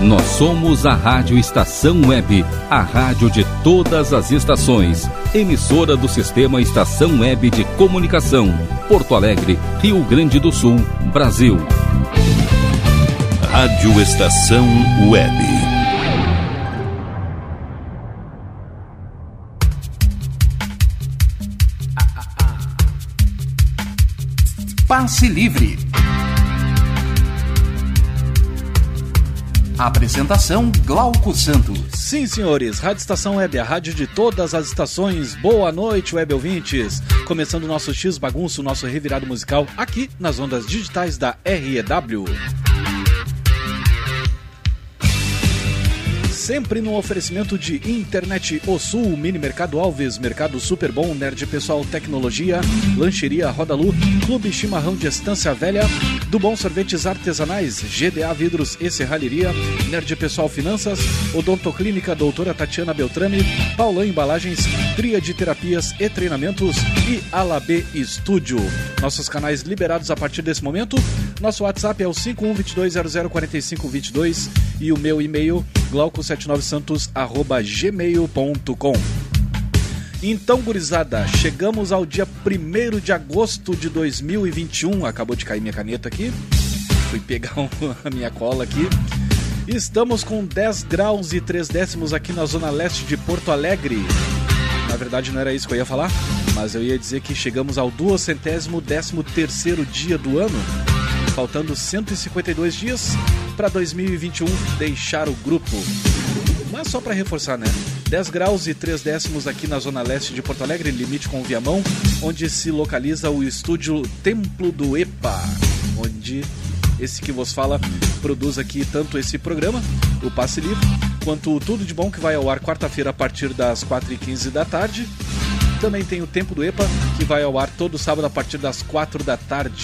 Nós somos a Rádio Estação Web, a rádio de todas as estações. Emissora do Sistema Estação Web de Comunicação. Porto Alegre, Rio Grande do Sul, Brasil. Rádio Estação Web. Passe Livre. Apresentação Glauco Santos. Sim, senhores, Rádio Estação Web, a rádio de todas as estações. Boa noite, web ouvintes. Começando o nosso X Bagunço, o nosso revirado musical aqui nas ondas digitais da REW. Sempre no oferecimento de Internet O Sul, Mini Mercado Alves, Mercado Super Bom, Nerd Pessoal Tecnologia, Lancheria Rodalu, Clube Chimarrão de Estância Velha, do Bom Sorvetes Artesanais, GDA Vidros e Serralheria, Nerd Pessoal Finanças, Odontoclínica Doutora Tatiana Beltrame, Paulão Embalagens, Tria de Terapias e Treinamentos e Alabê Estúdio. Nossos canais liberados a partir desse momento. Nosso WhatsApp é o 5122004522 e o meu e-mail glauco79santos@gmail.com. Então, gurizada, chegamos ao dia 1º de agosto de 2021. Acabou de cair minha caneta aqui. Fui pegar a minha cola aqui. Estamos com 10 graus e 3 décimos aqui na zona leste de Porto Alegre. Na verdade, não era isso que eu ia falar, mas eu ia dizer que chegamos ao 213º dia do ano. Faltando 152 dias para 2021 deixar o grupo. Mas só para reforçar, né? 10 graus e 3 décimos aqui na zona leste de Porto Alegre, limite com o Viamão, onde se localiza o estúdio Templo do EPA, onde esse que vos fala produz aqui tanto esse programa, o Passe Livre, quanto o Tudo de Bom, que vai ao ar quarta-feira a partir das 4h15 da tarde. Também tem o Tempo do EPA, que vai ao ar todo sábado a partir das 4 da tarde.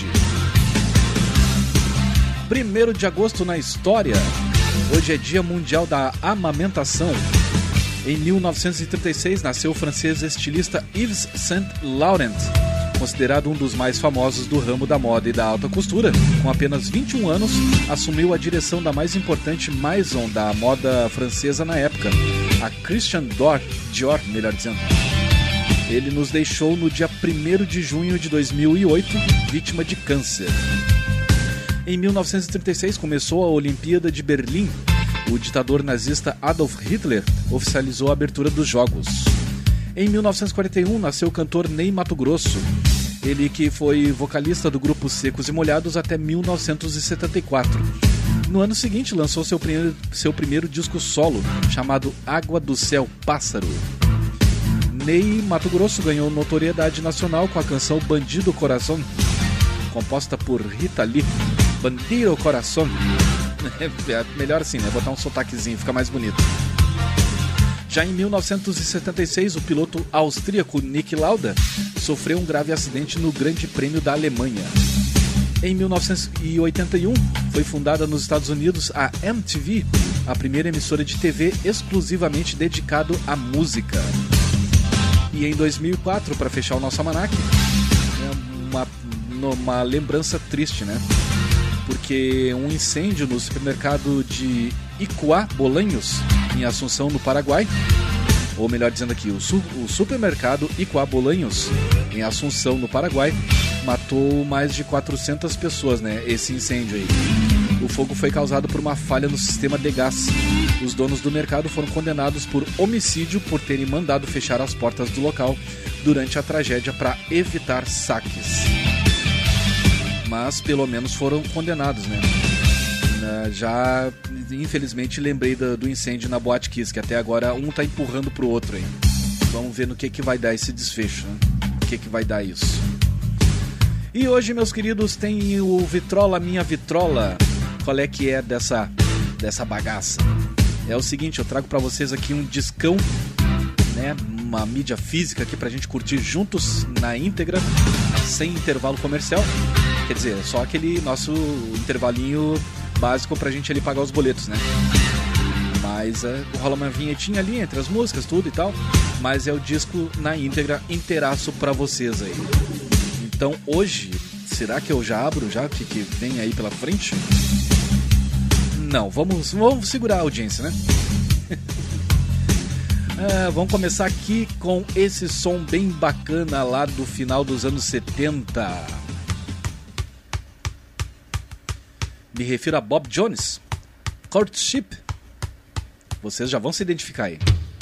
1º de agosto na história. Hoje é Dia Mundial da Amamentação. Em 1936 nasceu o francês estilista Yves Saint Laurent, considerado um dos mais famosos do ramo da moda e da alta costura. Com apenas 21 anos, assumiu a direção da mais importante maison da moda francesa na época, a Christian Dior, melhor dizendo. Ele nos deixou no dia 1º de junho de 2008, vítima de câncer. Em 1936 começou a Olimpíada de Berlim. O ditador nazista Adolf Hitler oficializou a abertura dos Jogos. Em 1941 nasceu o cantor Ney Matogrosso. Ele que foi vocalista do grupo Secos e Molhados até 1974. No ano seguinte lançou seu primeiro disco solo, chamado Água do Céu Pássaro. Ney Matogrosso ganhou notoriedade nacional com a canção Bandido Coração, composta por Rita Lee. Bandido Coração. É melhor assim, né? Botar um sotaquezinho, fica mais bonito. Já em 1976, o piloto austríaco Niki Lauda sofreu um grave acidente no Grande Prêmio da Alemanha. Em 1981, foi fundada nos Estados Unidos a MTV, a primeira emissora de TV exclusivamente dedicada à música. E em 2004, para fechar o nosso almanaque, uma lembrança triste, né? Porque um incêndio no supermercado de Icuá Bolanhos, em Assunção, no Paraguai, ou melhor dizendo aqui, o supermercado Icuá Bolanhos, em Assunção, no Paraguai, matou mais de 400 pessoas, né? Esse incêndio aí. O fogo foi causado por uma falha no sistema de gás. Os donos do mercado foram condenados por homicídio por terem mandado fechar as portas do local durante a tragédia para evitar saques. Mas pelo menos foram condenados, né? Já, infelizmente, lembrei do incêndio na Boate Kiss, que até agora um tá empurrando pro outro aí. Vamos ver no que vai dar esse desfecho, né? O que vai dar isso. E hoje, meus queridos, tem o Vitrola Minha Vitrola. Qual é que é dessa bagaça? É o seguinte, eu trago pra vocês aqui um discão, né? Uma mídia física aqui pra gente curtir juntos na íntegra, sem intervalo comercial. Quer dizer, só aquele nosso intervalinho básico pra gente ali pagar os boletos, né? Mas rola uma vinhetinha ali entre as músicas, tudo e tal. Mas é o disco na íntegra, inteiraço pra vocês aí. Então hoje, será que eu já abro já o que vem aí pela frente? Não, vamos segurar a audiência, né? Vamos começar aqui com esse som bem bacana lá do final dos anos 70. Me refiro a Bob Jones, Courtship. Vocês já vão se identificar aí.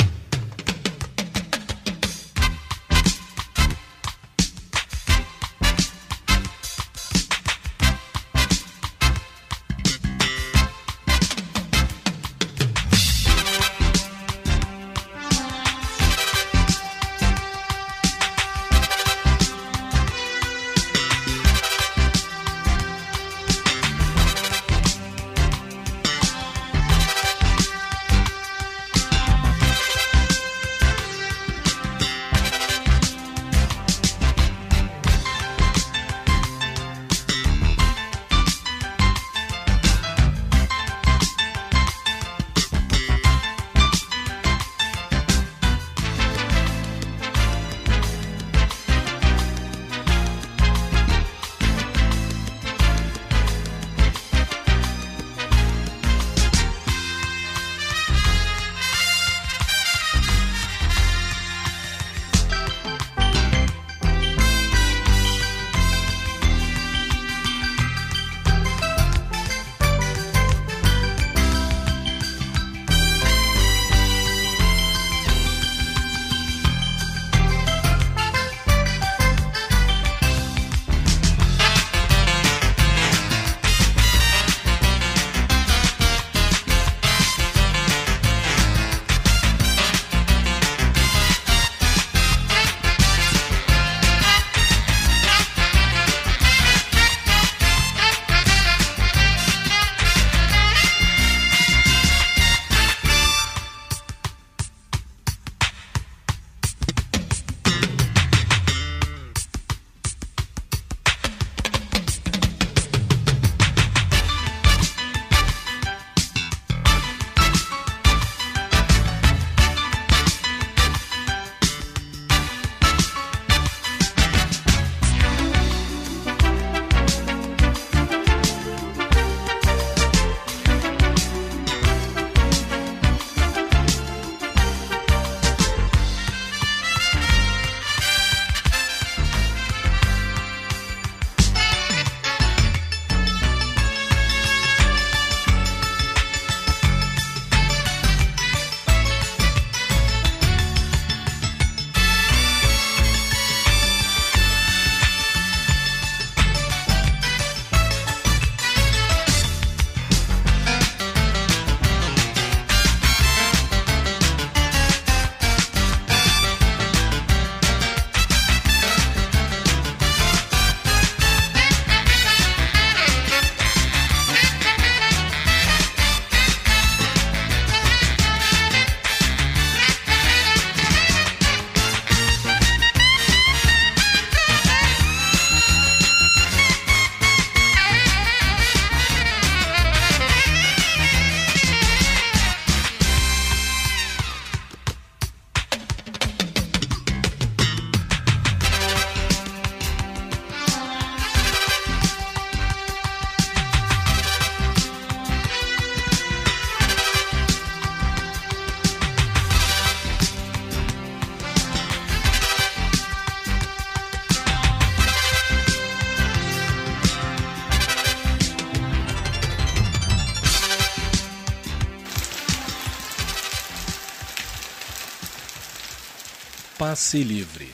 Passe livre,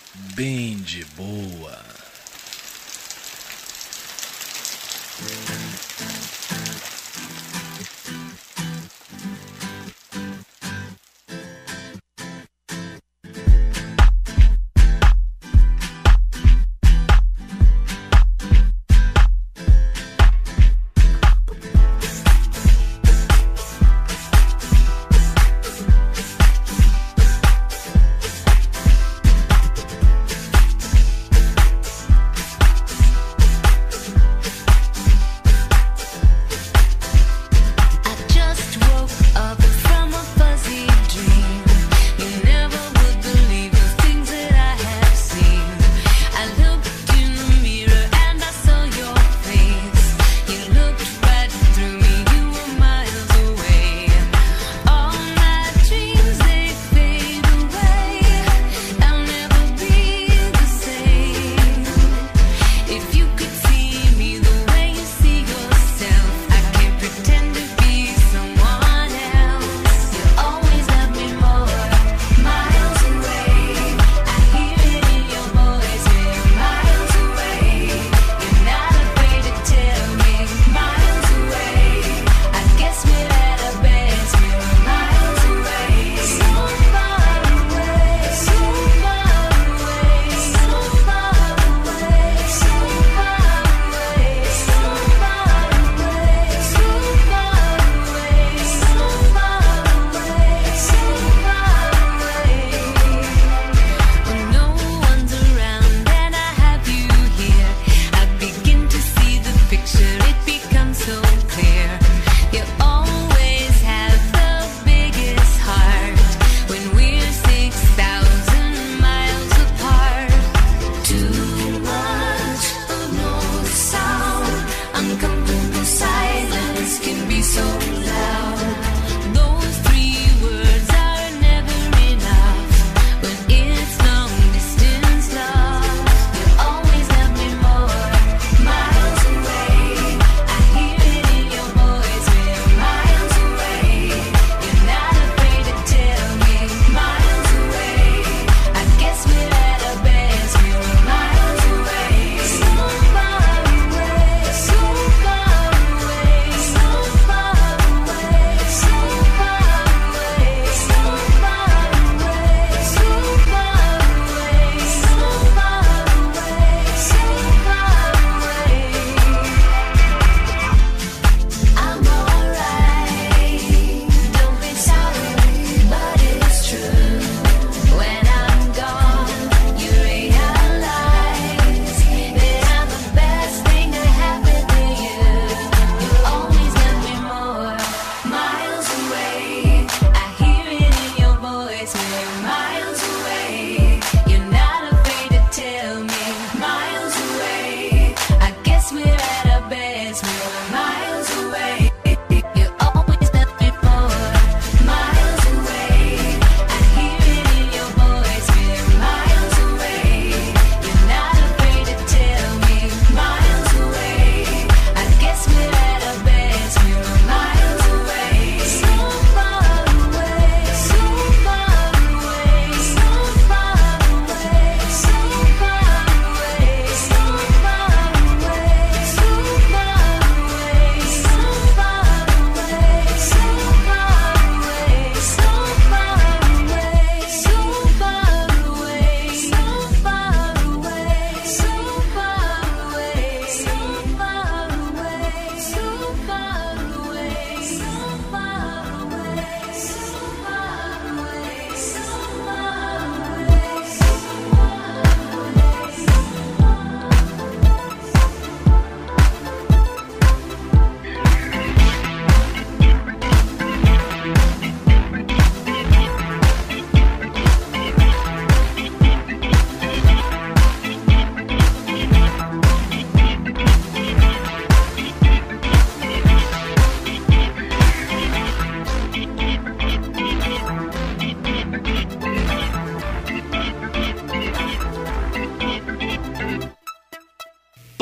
bem de boa.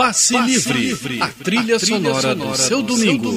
Passe Livre, a trilha sonora do seu domingo.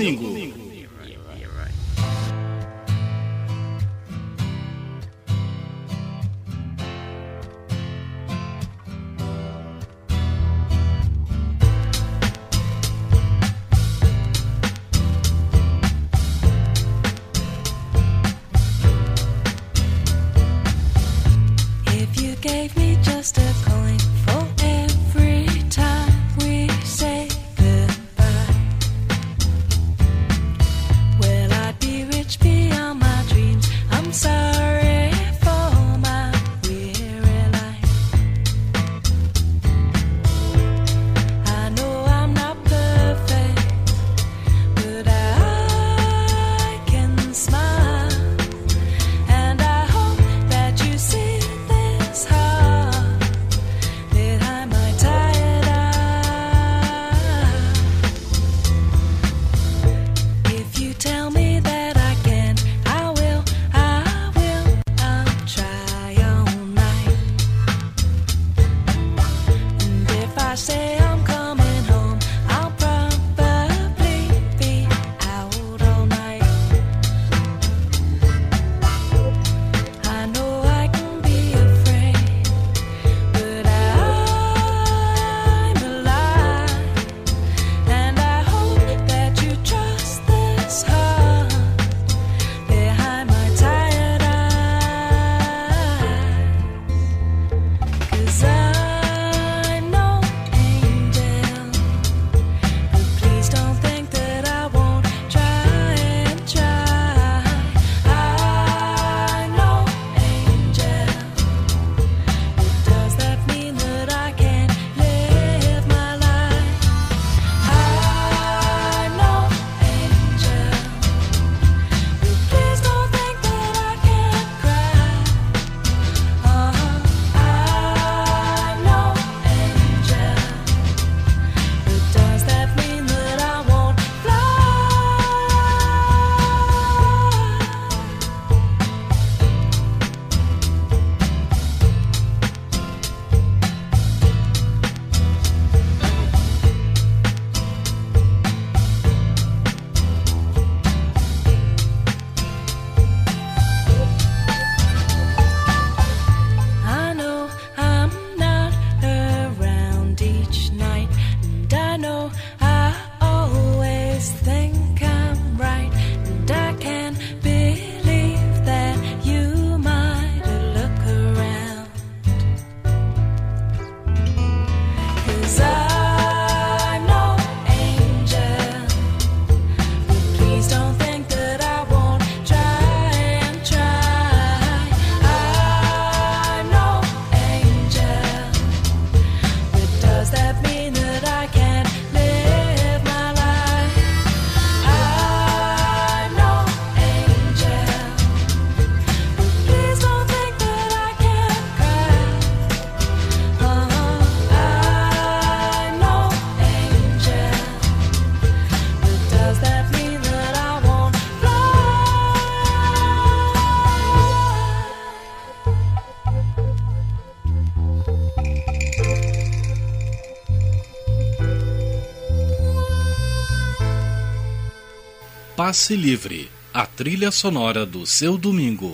Passe Livre, a trilha sonora do seu domingo.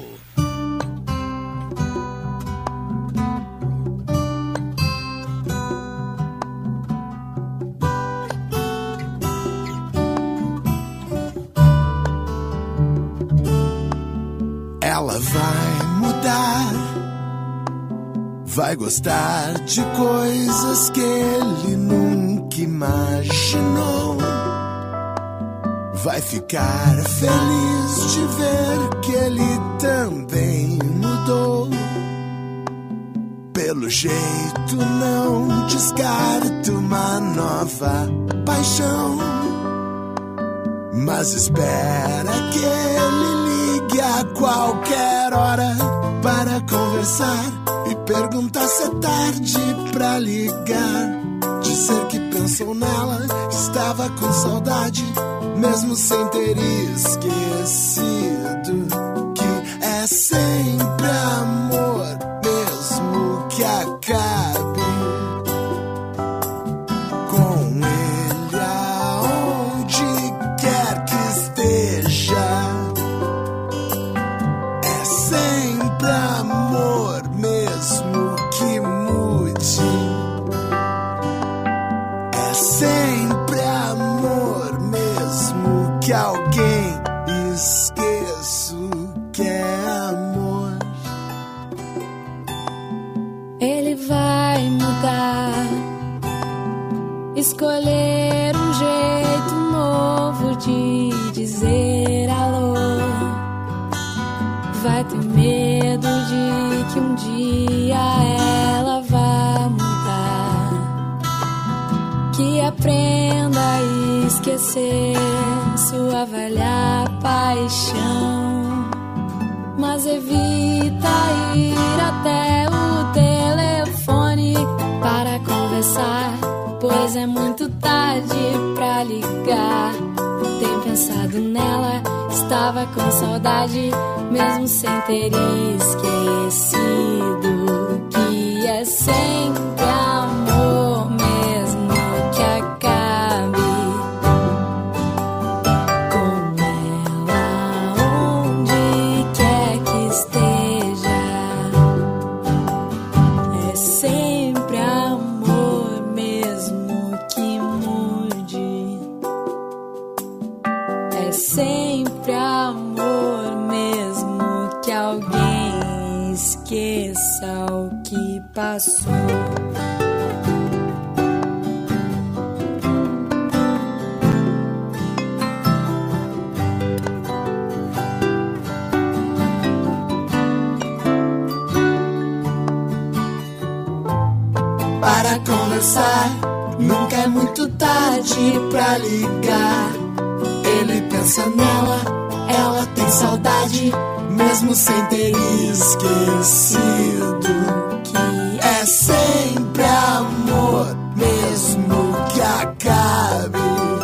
Ela vai mudar, vai gostar de coisas que ele nunca imaginou. Vai ficar feliz de ver que ele também mudou. Pelo jeito não descarto uma nova paixão, mas espera que ele ligue a qualquer hora para conversar e perguntar se é tarde pra ligar. Dizer que pensou nela, estava com saudade, mesmo sem ter esquecido que é sempre amor, mesmo que acabe com que alguém esqueço que é amor. Ele vai mudar, escolher um jeito novo de dizer alô. Vai ter medo de que um dia ela vá mudar, que aprenda a esquecer sua velha paixão, mas evita ir até o telefone para conversar, pois é muito tarde pra ligar. Tem pensado nela, estava com saudade, mesmo sem ter esquecido que é sempre amor, mesmo que acabe com ela onde quer que esteja. É sempre amor, mesmo que mude. É sempre amor, mesmo que alguém esqueça o que passou. Para conversar, nunca é muito tarde pra ligar. Ele pensa nela, ela tem saudade, mesmo sem ter esquecido que é sempre amor, mesmo que acabe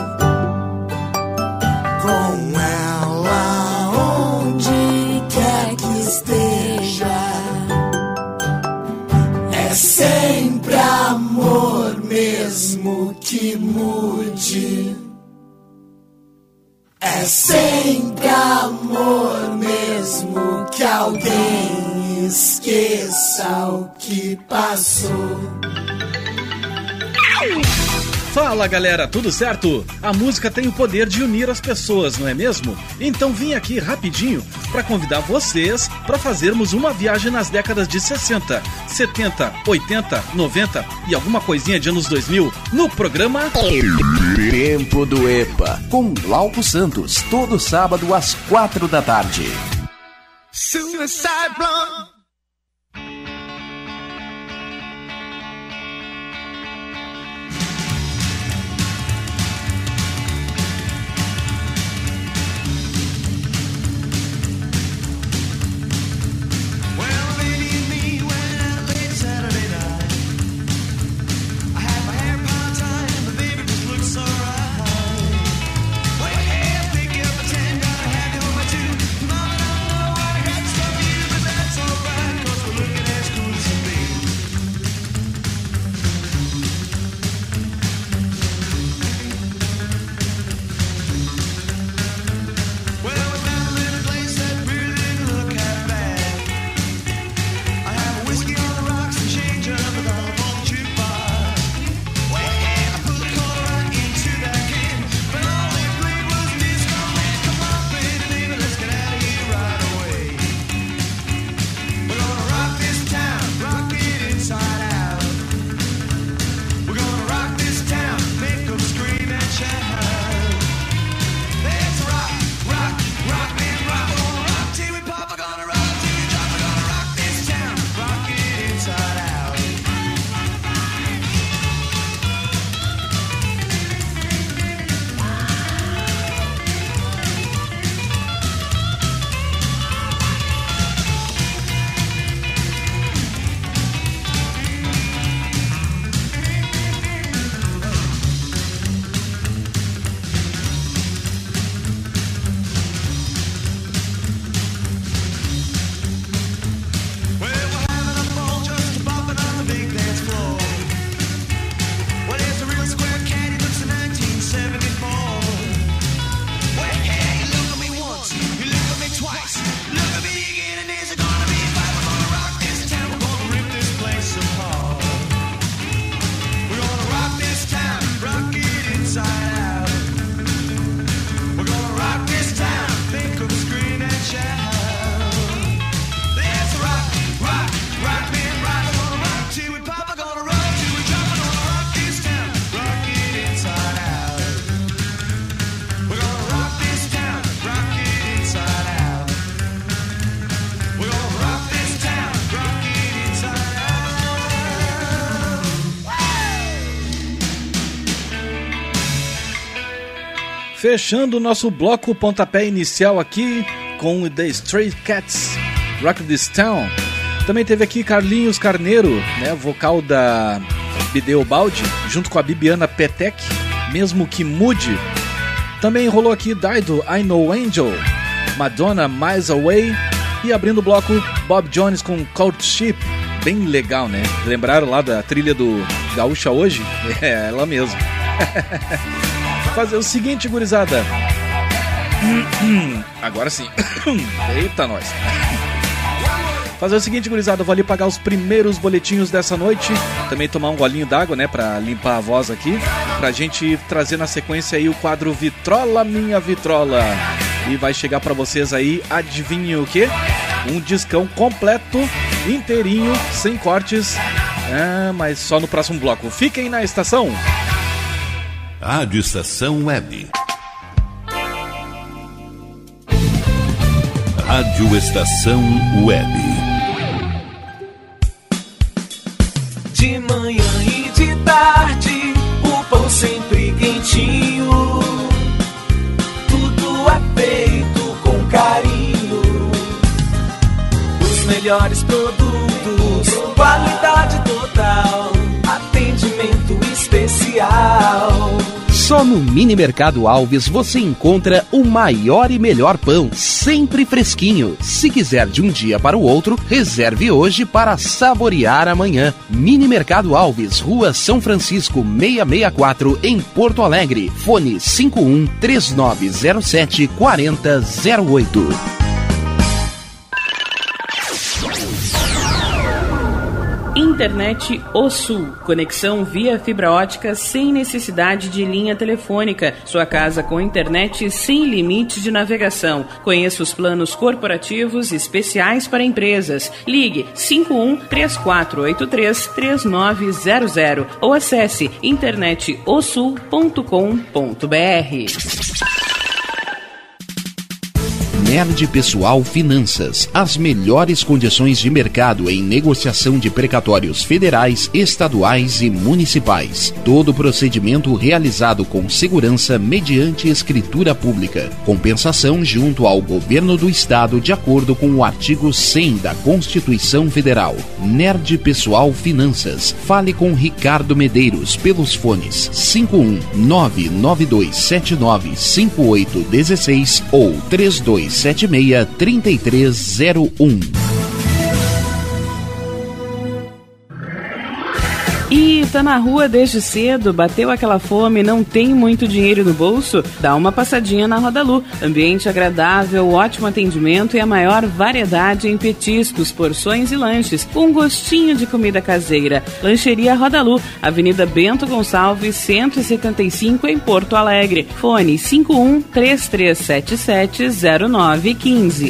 com ela onde quer que esteja. É sempre amor, mesmo que mude. É sempre amor, mesmo que alguém esqueça o que passou. Fala galera, tudo certo? A música tem o poder de unir as pessoas, não é mesmo? Então vim aqui rapidinho para convidar vocês para fazermos uma viagem nas décadas de 60, 70, 80, 90 e alguma coisinha de anos 2000 no programa Tempo do EPA, com Glauco Santos, todo sábado às 4 da tarde. Suicide Blonde. Alright. Fechando o nosso bloco pontapé inicial aqui com The Stray Cats, Rock This Town. Também teve aqui Carlinhos Carneiro, né, vocal da Bideu Baldi, junto com a Bibiana Petec, Mesmo Que Mude. Também rolou aqui Dido, I Know Angel, Madonna, Miles Away. E abrindo o bloco, Bob Jones com Courtship. Bem legal, né? Lembraram lá da trilha do Gaúcha Hoje? É, ela mesmo. Fazer o seguinte, gurizada. Agora sim. Eita, nós. Fazer o seguinte, gurizada, eu vou ali pagar os primeiros boletinhos dessa noite. Também tomar um golinho d'água, né, pra limpar a voz aqui. Pra gente trazer na sequência aí o quadro Vitrola Minha Vitrola. E vai chegar pra vocês aí, adivinhem o quê? Um discão completo, inteirinho, sem cortes. Mas só no próximo bloco. Fiquem na estação. Rádio Estação Web. Rádio Estação Web. De manhã e de tarde, o pão sempre quentinho. Tudo é feito com carinho. Os melhores produtos, qualidade total, atendimento especial. Só no Mini Mercado Alves você encontra o maior e melhor pão, sempre fresquinho. Se quiser de um dia para o outro, reserve hoje para saborear amanhã. Mini Mercado Alves, Rua São Francisco 664, em Porto Alegre. Fone 51-3907-4008. Internet O Sul. Conexão via fibra ótica sem necessidade de linha telefônica. Sua casa com internet sem limite de navegação. Conheça os planos corporativos especiais para empresas. Ligue 51-3483-3900 ou acesse internetosul.com.br. Nerd Pessoal Finanças, as melhores condições de mercado em negociação de precatórios federais, estaduais e municipais. Todo procedimento realizado com segurança mediante escritura pública. Compensação junto ao governo do estado de acordo com o artigo 100 da Constituição Federal. Nerd Pessoal Finanças. Fale com Ricardo Medeiros pelos fones 51-992795816 ou 3276-3301. E tá na rua desde cedo, bateu aquela fome, não tem muito dinheiro no bolso? Dá uma passadinha na Rodalu. Ambiente agradável, ótimo atendimento e a maior variedade em petiscos, porções e lanches, com gostinho de comida caseira. Lancheria Rodalu, Avenida Bento Gonçalves, 175, em Porto Alegre. Fone 51-3377-0915.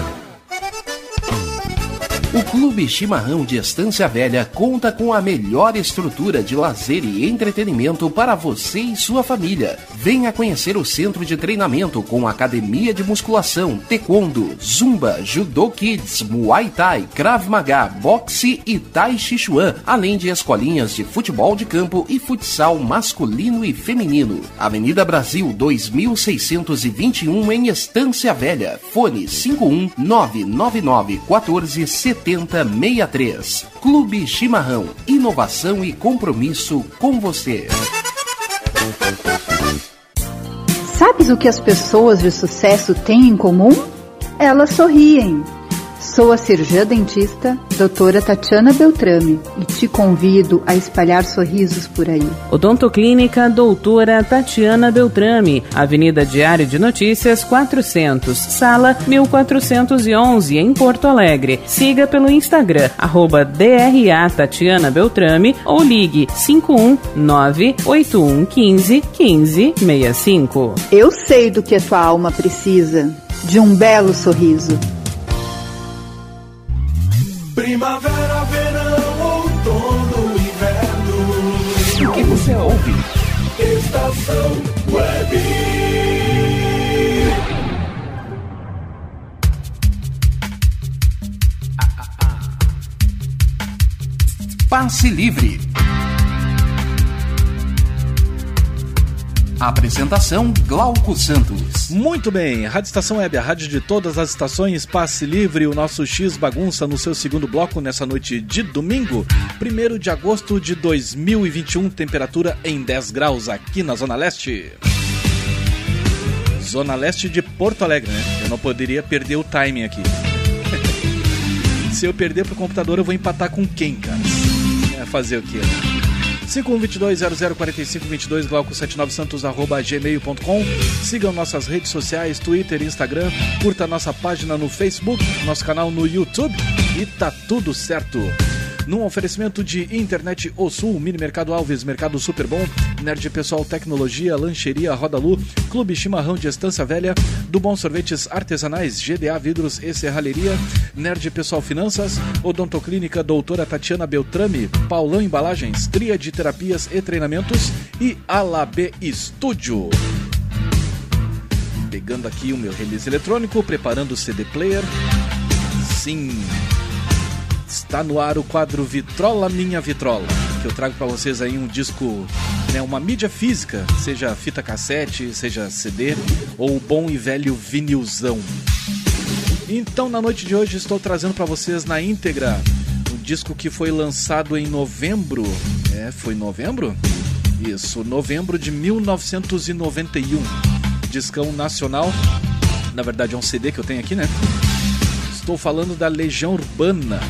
O Clube Chimarrão de Estância Velha conta com a melhor estrutura de lazer e entretenimento para você e sua família. Venha conhecer o centro de treinamento com academia de musculação, taekwondo, zumba, judô kids, muay thai, krav maga, boxe e tai chi chuan, além de escolinhas de futebol de campo e futsal masculino e feminino. Avenida Brasil 2621 em Estância Velha. Fone 51-999-147063. Clube Chimarrão, inovação e compromisso com você. Sabes o que as pessoas de sucesso têm em comum? Elas sorriem. Sou a cirurgiã dentista, doutora Tatiana Beltrame, e te convido a espalhar sorrisos por aí. Odontoclínica doutora Tatiana Beltrame, Avenida Diário de Notícias 400, Sala 1411, em Porto Alegre. Siga pelo Instagram, @DRA Tatiana Beltrame ou ligue 519-8115-1565. Eu sei do que a tua alma precisa, de um belo sorriso. Primavera, verão, outono, inverno. O que você ouve? Estação Web. Passe Livre. Apresentação Glauco Santos. Muito bem, Rádio Estação Web, a rádio de todas as estações, passe livre, o nosso X bagunça no seu segundo bloco nessa noite de domingo, 1º de agosto de 2021, temperatura em 10 graus aqui na Zona Leste. Zona Leste de Porto Alegre, né? Eu não poderia perder o timing aqui. Se eu perder pro computador, eu vou empatar com quem, cara? Fazer o quê? 5122-004522, glauco79santos@gmail.com. Sigam nossas redes sociais, Twitter e Instagram. Curta nossa página no Facebook, nosso canal no YouTube e tá tudo certo. Num oferecimento de Internet O Sul, Mini Mercado Alves, Mercado Super Bom, Nerd Pessoal Tecnologia, Lancheria Rodalu, Clube Chimarrão de Estância Velha, do Bom Sorvetes Artesanais, GDA Vidros e Serralheria, Nerd Pessoal Finanças, Odontoclínica Doutora Tatiana Beltrame, Paulão Embalagens, Tríade Terapias e Treinamentos e Alab Estúdio. Pegando aqui o meu release eletrônico, preparando o CD Player. Sim... Está no ar o quadro Vitrola Minha Vitrola, que eu trago para vocês aí um disco, né, uma mídia física, seja fita cassete, seja CD ou o bom e velho vinilzão. Então, na noite de hoje, estou trazendo para vocês na íntegra um disco que foi lançado em novembro. Foi novembro? Isso, novembro de 1991. Discão nacional. Na verdade, é um CD que eu tenho aqui, né? Estou falando da Legião Urbana.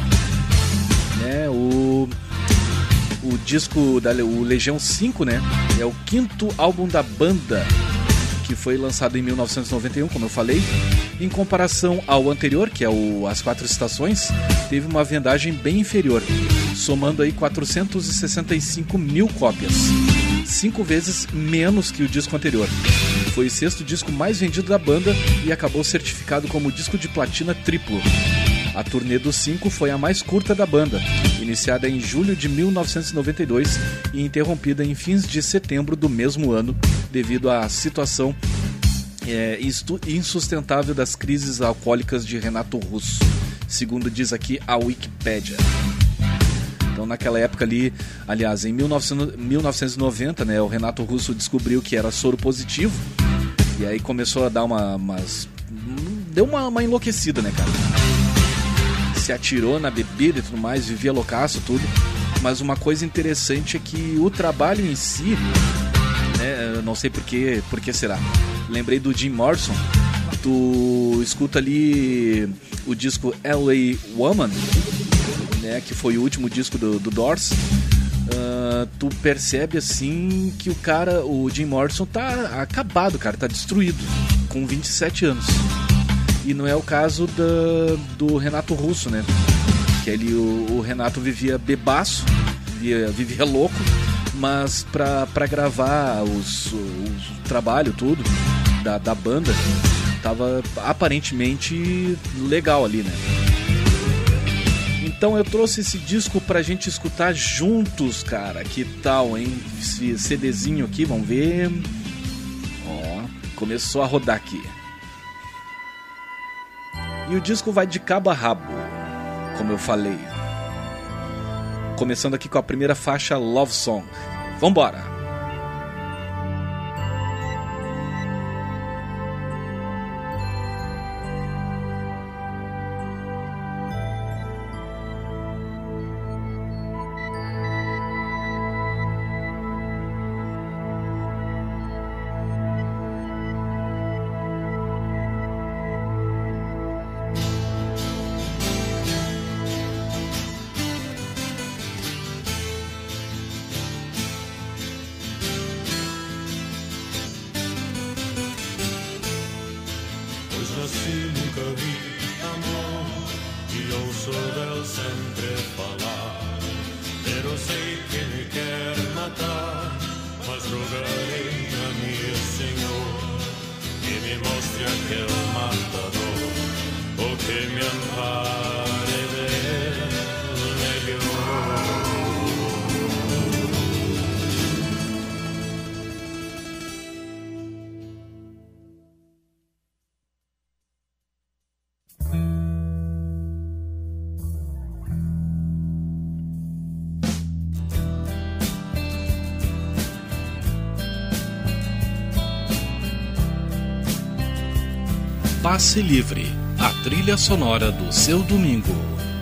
O disco o Legião 5, né? É o 5º álbum da banda, que foi lançado em 1991, como eu falei. Em comparação ao anterior, que é o As Quatro Estações, teve uma vendagem bem inferior, somando aí 465 mil cópias, 5 vezes menos que o disco anterior. Foi o 6º disco mais vendido da banda e acabou certificado como disco de platina triplo. A turnê dos 5 foi a mais curta da banda, iniciada em julho de 1992 e interrompida em fins de setembro do mesmo ano, devido à situação insustentável das crises alcoólicas de Renato Russo, segundo diz aqui a Wikipédia. Então, naquela época ali, aliás, em 1990, né, o Renato Russo descobriu que era soro positivo e aí começou a dar deu uma enlouquecida, né, cara? Se atirou na bebida e tudo mais, vivia loucaço, tudo. Mas uma coisa interessante é que o trabalho em si, né, eu não sei por que será. Lembrei do Jim Morrison. Tu escuta ali o disco LA Woman, né, que foi o último disco do Doors. Tu percebe assim que o Jim Morrison tá acabado, cara, tá destruído, com 27 anos. E não é o caso do Renato Russo, né? Que o Renato vivia bebaço, vivia louco, mas pra gravar o trabalho, tudo, da banda, tava aparentemente legal ali, né? Então eu trouxe esse disco pra gente escutar juntos, cara. Que tal, hein? Esse CDzinho aqui, vamos ver. Ó, começou a rodar aqui. E o disco vai de cabo a rabo, como eu falei. Começando aqui com a primeira faixa, Love Song. Vambora! Passe Livre, a trilha sonora do seu domingo.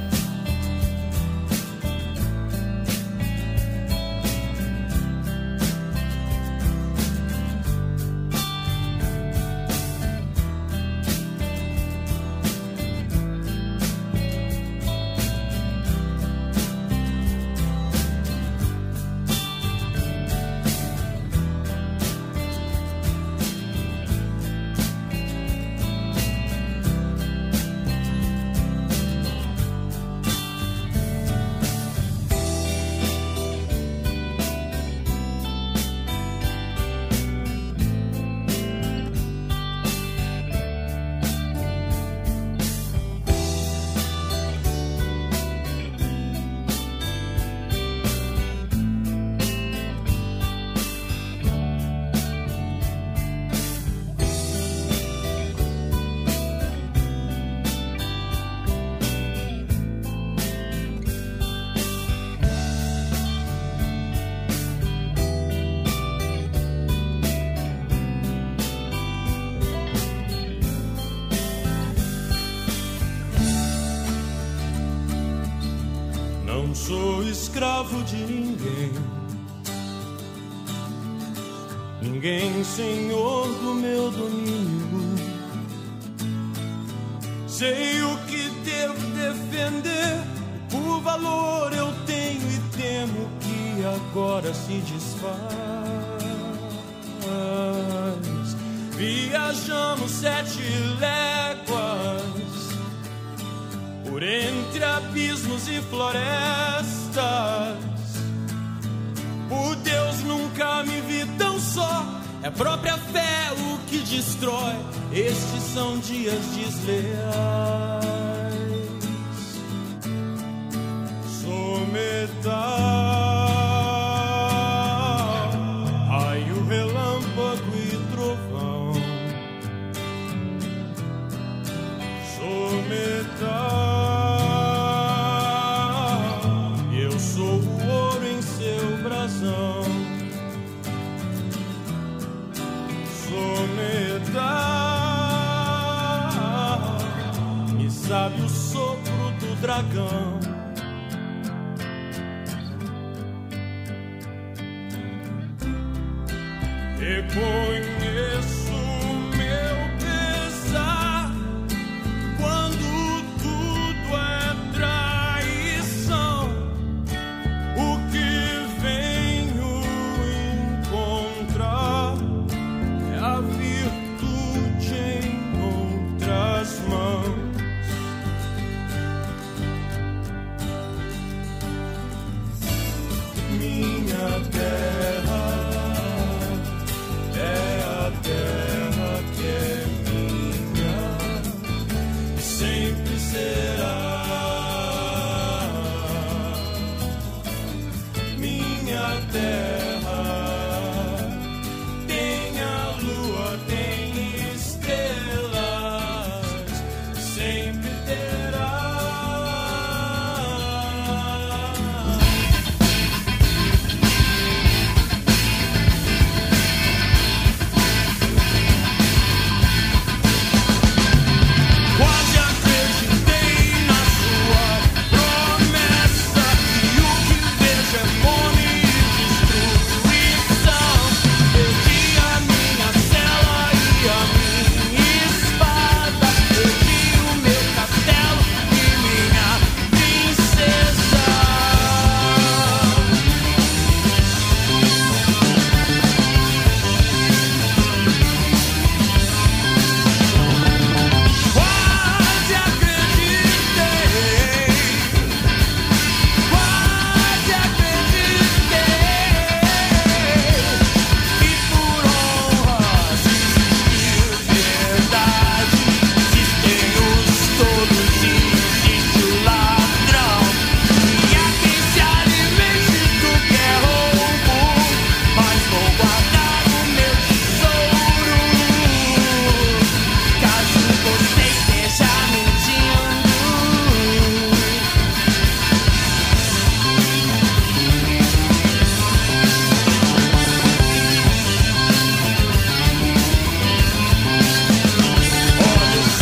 Não sou escravo de ninguém, ninguém senhor do meu domínio. Sei o que devo defender, por valor eu tenho e temo que agora se desfaz. Viajamos 7 léguas por entre abismos e florestas. Por Deus, nunca me vi tão só. É a própria fé o que destrói. Estes são dias desleais. Sou metal, raio, relâmpago e trovão. Sou metal, sou metal, me sabe o sopro do dragão. Reconheço meu pesar quando tudo é traição. O que venho encontrar é a virtude em outras mãos. Minha terra é a terra que é minha e sempre será. Minha terra tem a lua, tem estrelas, sempre terá. Quase acreditei na sua promessa que o que vejo é fome e destruição. Perdi a minha cela e a minha espada, perdi o meu castelo e minha princesa. Quase acreditei, e por honra se existiu verdade, existem os tolos e existe o ladrão. E há quem se alimente do que é roubo, mas vou guardar o meu tesouro, caso você esteja mentindo. Olhos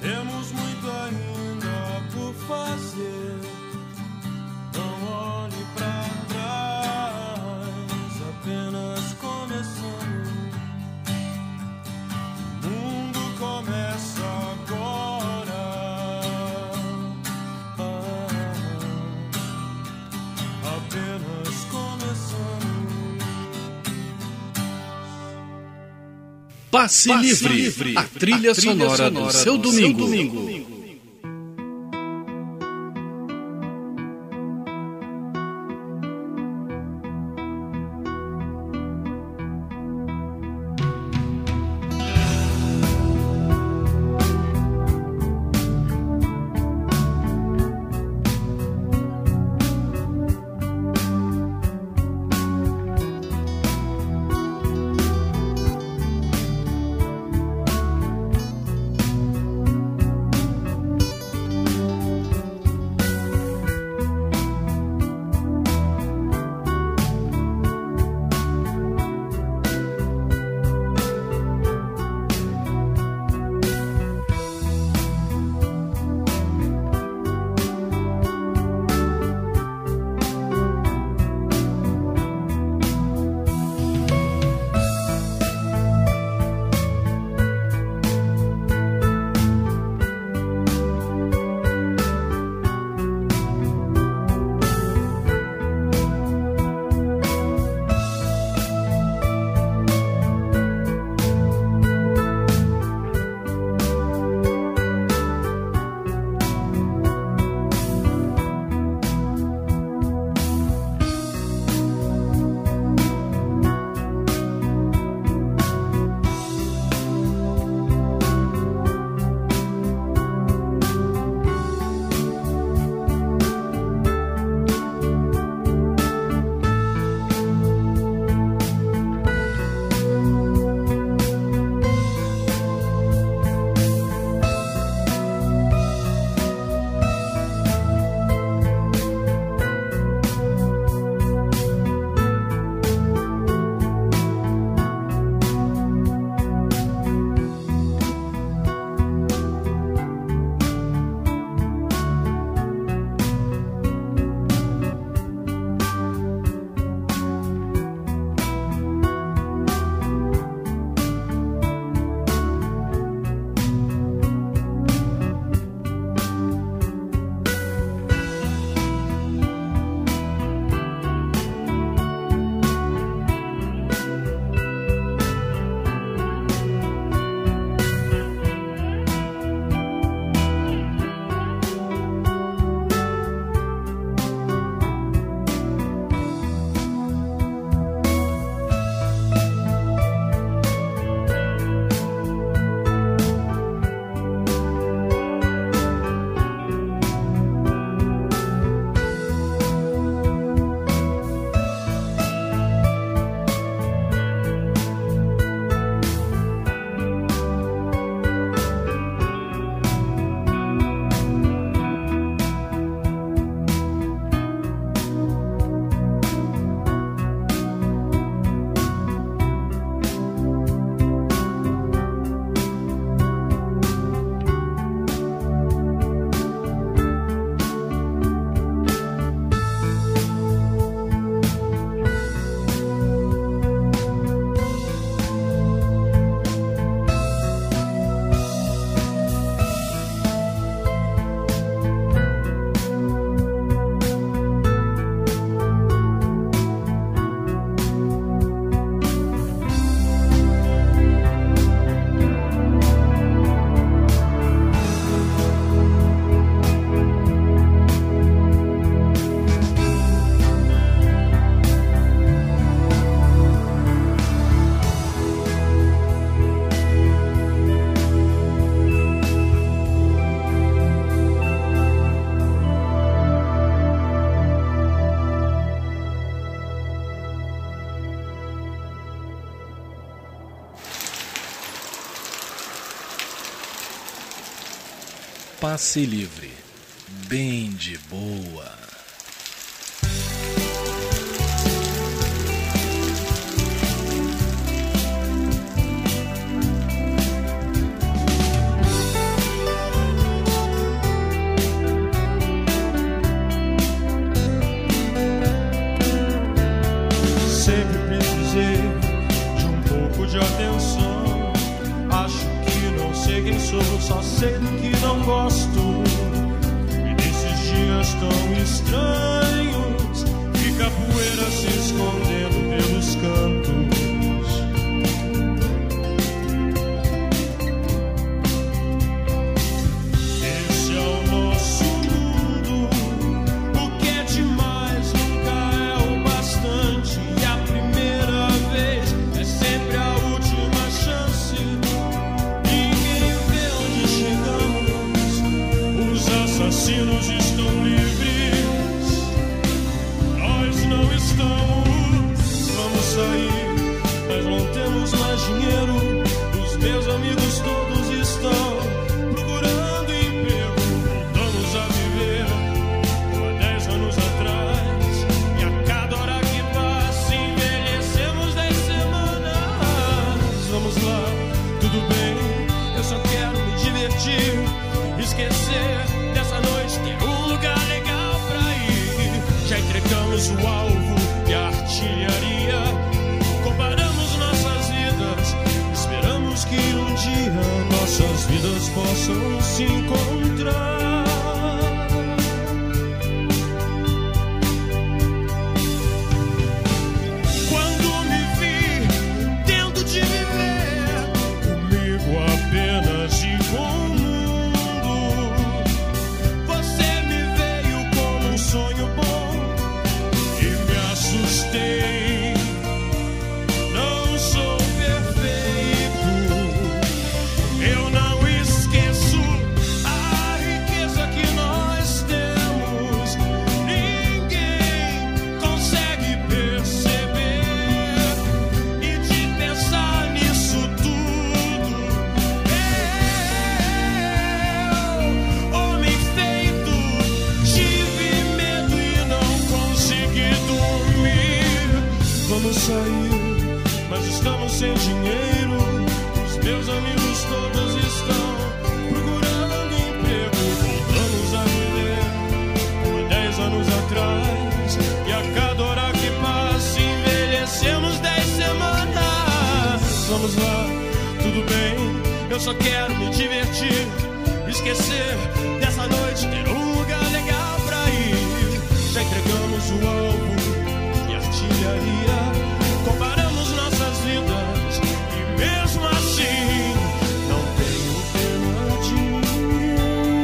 Temos muito ainda por fazer. Não olhe pra trás, apenas começando. O mundo começa agora. Apenas começando. Passe Livre, a trilha sonora do seu domingo. Passe Livre, bem de boa. só sei do que não gosto. E desses dias tão estranhos, fica a poeira se escondendo pelos cantos. Esse é o nosso mundo, o que é demais nunca é o bastante. E a primeira vez é sempre a última chance. Ninguém vê onde chegamos, os assassinos estão livres, nós não estamos. Vamos sair, mas não temos mais dinheiro. Os meus amigos todos estão procurando emprego. Voltamos a viver como há 10 anos atrás, e a cada hora que passa envelhecemos 10 semanas. Vamos lá, tudo bem, eu só quero me divertir, esquecer dessa noite, ter um lugar legal pra ir. Já entregamos o alvo e a artilharia, comparamos nossas vidas, esperamos que um dia nossas vidas possam se encontrar. Quando me vi tendo de viver comigo apenas e com o mundo, você me veio como um sonho bom e me assustei. Não sou perfeito, eu não esqueço a riqueza que nós temos. Ninguém consegue perceber e de pensar nisso tudo. Eu, homem feito, tive medo e não consegui dormir. Vamos sair, mas estamos sem dinheiro. Os meus amigos todos estão procurando emprego. Voltamos a viver como há 10 anos atrás, e a cada hora que passa envelhecemos 10 semanas. Vamos lá, tudo bem, eu só quero me divertir, esquecer dessa noite, ter um lugar legal pra ir. Já entregamos o alvo e a artilharia, comparamos nossas vidas e mesmo assim não tenho pena de ninguém.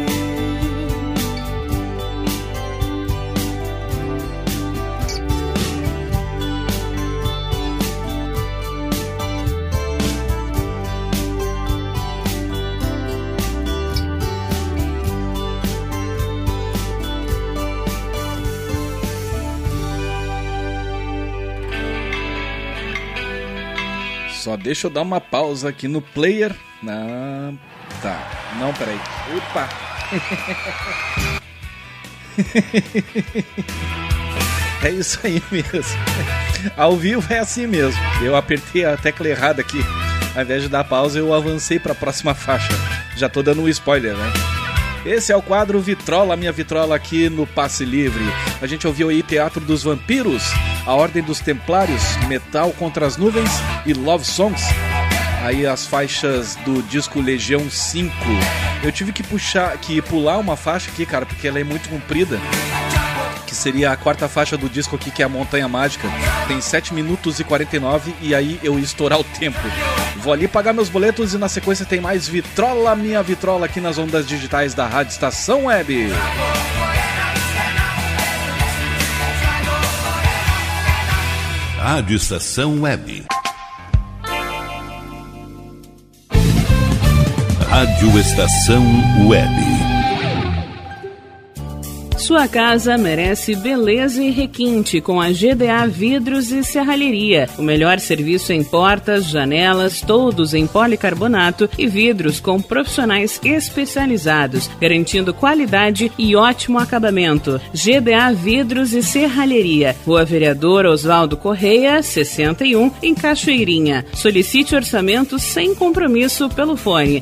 Só deixa eu dar uma pausa aqui no player. Ah, tá. Não, peraí. Opa! É isso aí mesmo. Ao vivo é assim mesmo. Eu apertei a tecla errada aqui. Ao invés de dar pausa, eu avancei para a próxima faixa. Já tô dando um spoiler, né? Esse é o quadro Vitrola, minha vitrola aqui no Passe Livre. A gente ouviu aí Teatro dos Vampiros, A Ordem dos Templários, Metal contra as Nuvens e Love Songs. Aí as faixas do disco Legião 5. Eu tive que pular uma faixa aqui, cara, porque ela é muito comprida, que seria a quarta faixa do disco aqui, que é a Montanha Mágica. Tem 7 minutos e 49 e aí eu ia estourar o tempo. Vou ali pagar meus boletos e na sequência tem mais Vitrola, minha vitrola aqui nas ondas digitais da Rádio Estação Web. Rádio Estação Web. Rádio Estação Web. Sua casa merece beleza e requinte com a GDA Vidros e Serralheria. O melhor serviço em portas, janelas, todos em policarbonato e vidros com profissionais especializados, garantindo qualidade e ótimo acabamento. GDA Vidros e Serralheria. Rua Vereador Oswaldo Correia, 61, em Cachoeirinha. Solicite orçamento sem compromisso pelo fone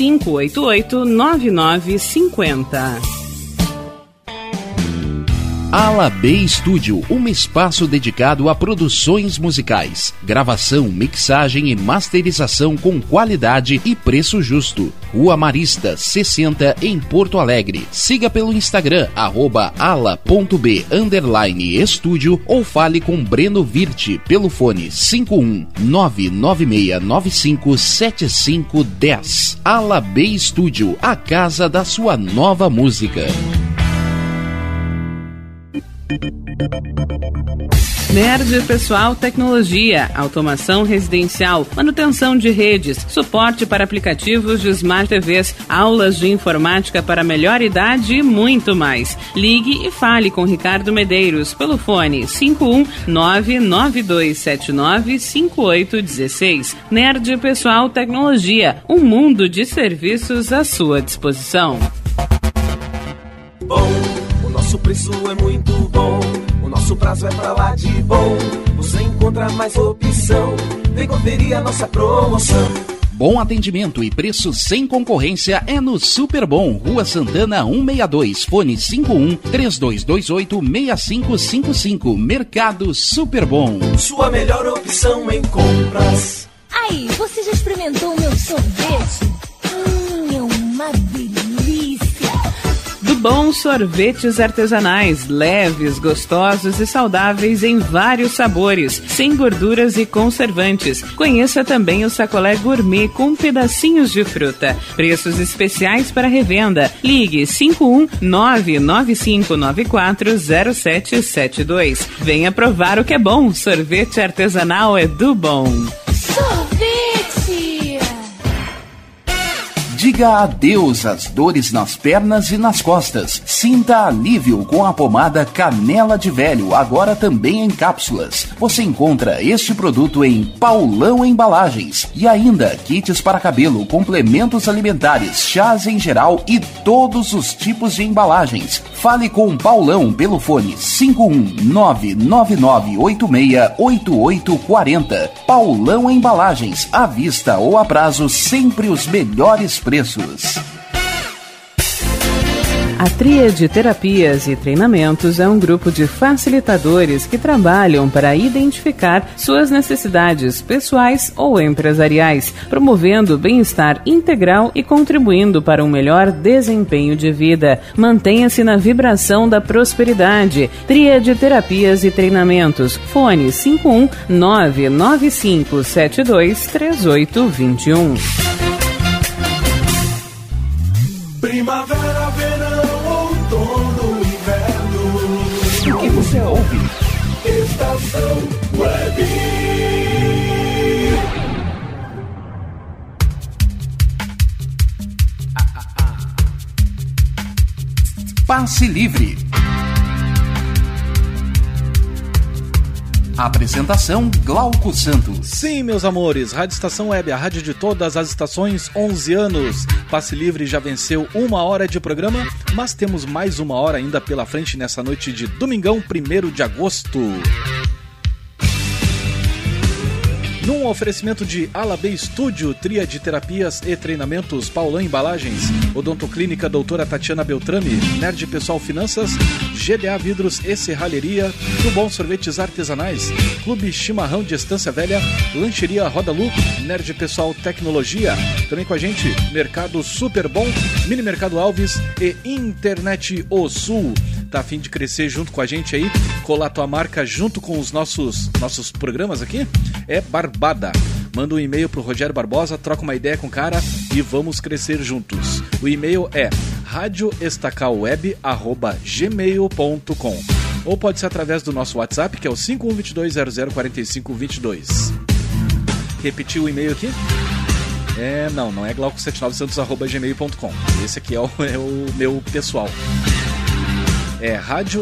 51985889950. Ala B Studio, um espaço dedicado a produções musicais, gravação, mixagem e masterização com qualidade e preço justo. Rua Marista, 60, em Porto Alegre. Siga pelo Instagram, @ala.b_estúdio ou fale com Breno Virte pelo fone 51996957510. Ala B Studio, a casa da sua nova música. Nerd Pessoal Tecnologia, automação residencial, manutenção de redes, suporte para aplicativos de Smart TVs, aulas de informática para melhor idade e muito mais. Ligue e fale com Ricardo Medeiros pelo fone 51992795816. Nerd Pessoal Tecnologia, um mundo de serviços à sua disposição. Bom, o nosso preço é muito bom. Nosso prazo é pra lá de bom. Você encontra mais opção. Vem conferir a nossa promoção. Bom atendimento e preço sem concorrência é no Super Bom, Rua Santana 162, fone 51-3228-6555. Mercado Super Bom. Sua melhor opção em compras. Aí, você já experimentou o meu sorvete? É uma delícia. Do Bom Sorvetes Artesanais, leves, gostosos e saudáveis em vários sabores, sem gorduras e conservantes. Conheça também o sacolé gourmet com pedacinhos de fruta. Preços especiais para revenda. Ligue 51995940772. Venha provar o que é bom. Sorvete artesanal é do Bom. Sorvete! Diga adeus às dores nas pernas e nas costas. Sinta alívio com a pomada Canela de Velho, agora também em cápsulas. Você encontra este produto em Paulão Embalagens. E ainda kits para cabelo, complementos alimentares, chás em geral e todos os tipos de embalagens. Fale com Paulão pelo fone 51999868840. Paulão Embalagens, à vista ou a prazo, sempre os melhores preços. A Tríade Terapias e Treinamentos é um grupo de facilitadores que trabalham para identificar suas necessidades pessoais ou empresariais, promovendo bem-estar integral e contribuindo para um melhor desempenho de vida. Mantenha-se na vibração da prosperidade. Tríade Terapias e Treinamentos. Fone 51995723821. Primavera, verão, outono, inverno. O que você ouve? Estação Web. Passe Livre. Apresentação Glauco Santos. Sim, meus amores, Rádio Estação Web, a rádio de todas as estações, 11 anos. Passe Livre já venceu 1 hora de programa, mas temos mais 1 hora ainda pela frente nessa noite de domingão, 1º de agosto. Num oferecimento de Ala B Studio, Tríade Terapias e Treinamentos, Paulão Embalagens, Odontoclínica Doutora Tatiana Beltrame, Nerd Pessoal Finanças, GDA Vidros e Serralheria, Do Bom Sorvetes Artesanais, Clube Chimarrão de Estância Velha, Lancheria Roda Lu, Nerd Pessoal Tecnologia, também com a gente, Mercado Super Bom, Mini Mercado Alves e Internet O Sul. Tá a fim de crescer junto com a gente aí, colar tua marca junto com os nossos programas aqui? É Barbada. Manda um e-mail pro Rogério Barbosa, troca uma ideia com o cara e vamos crescer juntos. O e-mail é radioestacalweb@gmail.com ou pode ser através do nosso WhatsApp, que é o 5122004522. Repetir o e-mail aqui? Não é glauco79santos@gmail.com. Esse aqui é o meu pessoal. É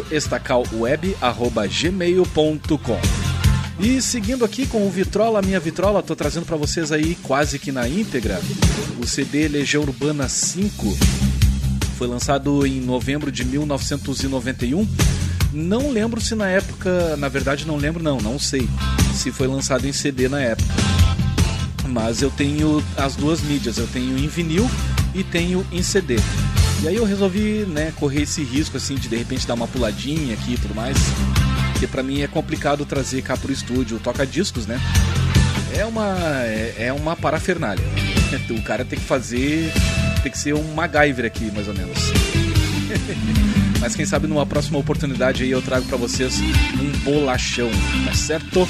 radioestacalweb@gmail.com. E seguindo aqui com o Vitrola, minha Vitrola, tô trazendo para vocês aí quase que na íntegra o CD Legião Urbana 5. Foi lançado em novembro de 1991. Não lembro se na época, na verdade não lembro não sei se foi lançado em CD na época. Mas eu tenho as duas mídias, eu tenho em vinil e tenho em CD. E aí eu resolvi, né, correr esse risco assim de repente dar uma puladinha aqui e tudo mais, porque pra mim é complicado trazer cá pro estúdio o toca-discos, né? É uma parafernália. O cara tem que ser um MacGyver aqui, mais ou menos. Mas quem sabe numa próxima oportunidade aí eu trago pra vocês um bolachão, tá certo?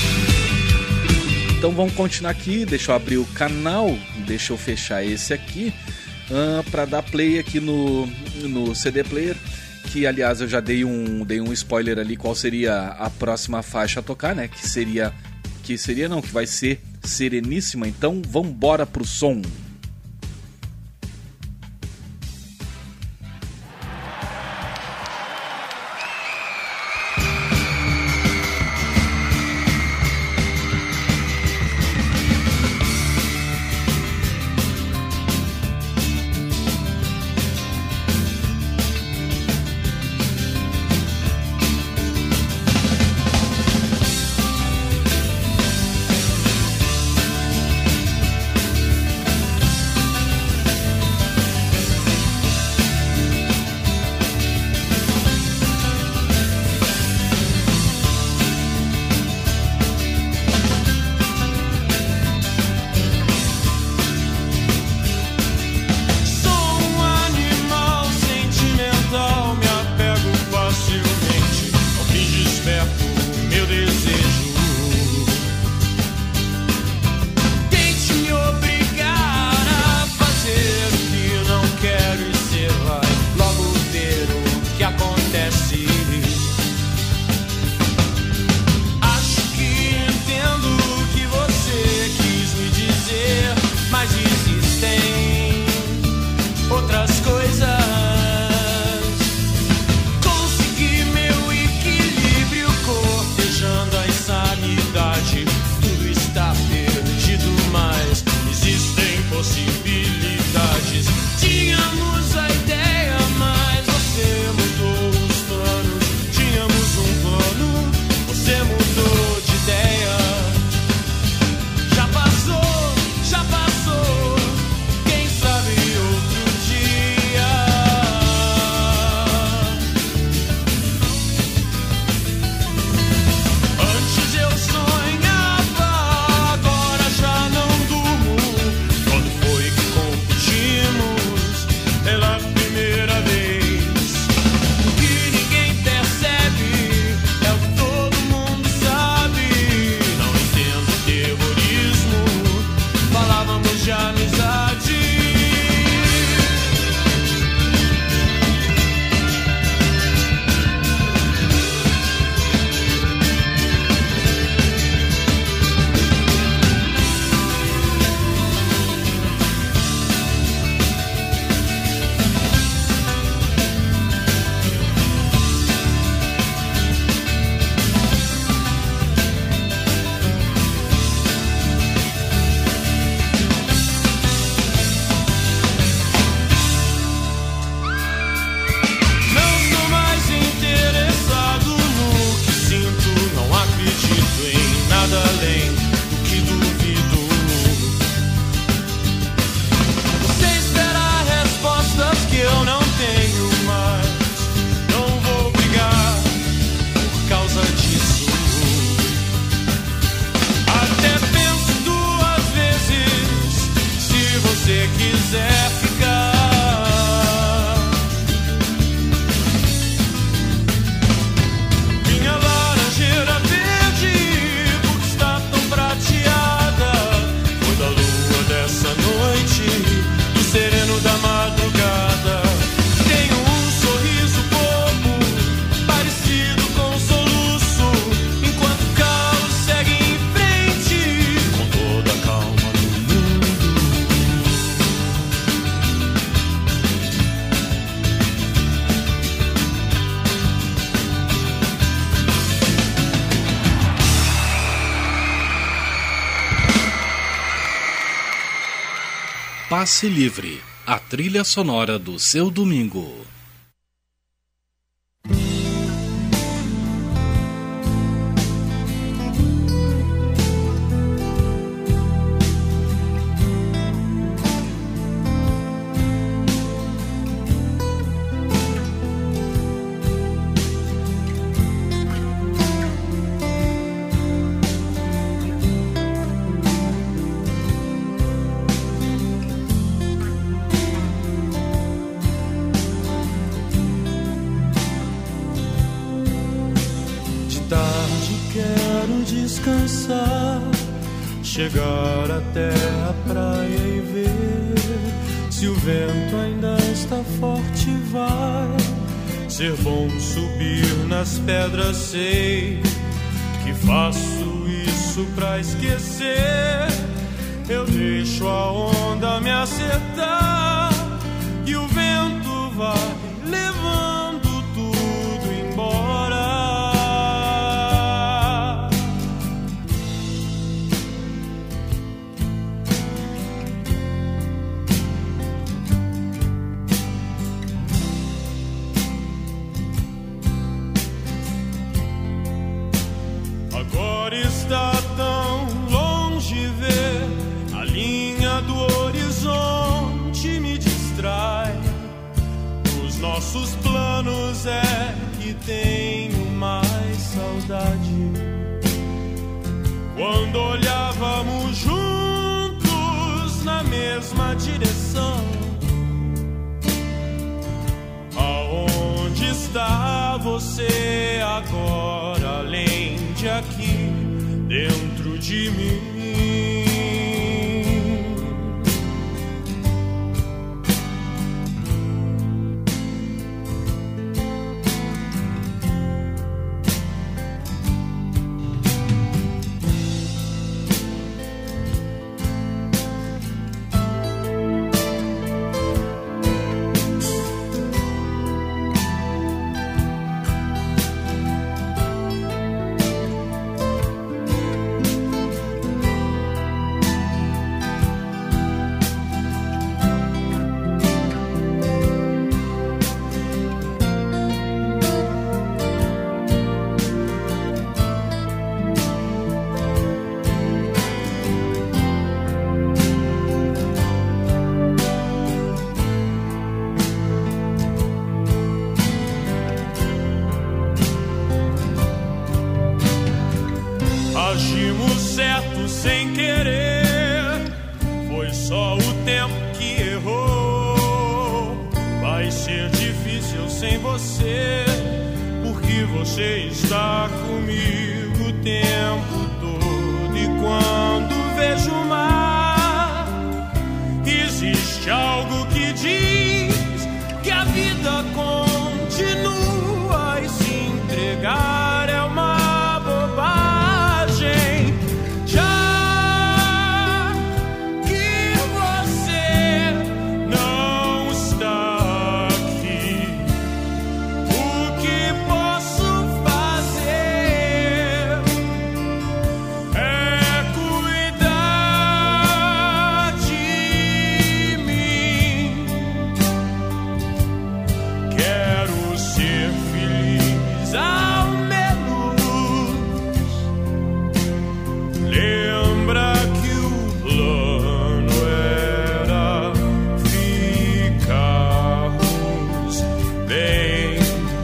Então vamos continuar aqui, deixa eu abrir o canal, deixa eu fechar esse aqui pra dar play aqui no CD Player, que aliás eu já dei um spoiler ali qual seria a próxima faixa a tocar, né? Que vai ser Sereníssima. Então vambora pro som. Passe Livre, a trilha sonora do seu domingo. descansar, chegar até a praia e ver se o vento ainda está forte. Vai ser bom subir nas pedras, sei que faço isso pra esquecer. Eu deixo a onda me acertar e o vento vai levando tudo embora. Agora está tão longe ver a linha do horizonte, me distrai. Os nossos planos é que tenho mais saudade. Quando olhávamos juntos na mesma direção, aonde está você agora, além de aqui dentro de mim? Agimos certo sem querer, foi só o tempo que errou. Vai ser difícil sem você, porque você está comigo o tempo todo. E quando vejo o mar, existe algo que diz que a vida continua e se entregar é uma bobagem. Já que você não está aqui, o que posso fazer é cuidar de mim. Quero ser feliz ao menos. Lembra que o plano era ficarmos bem.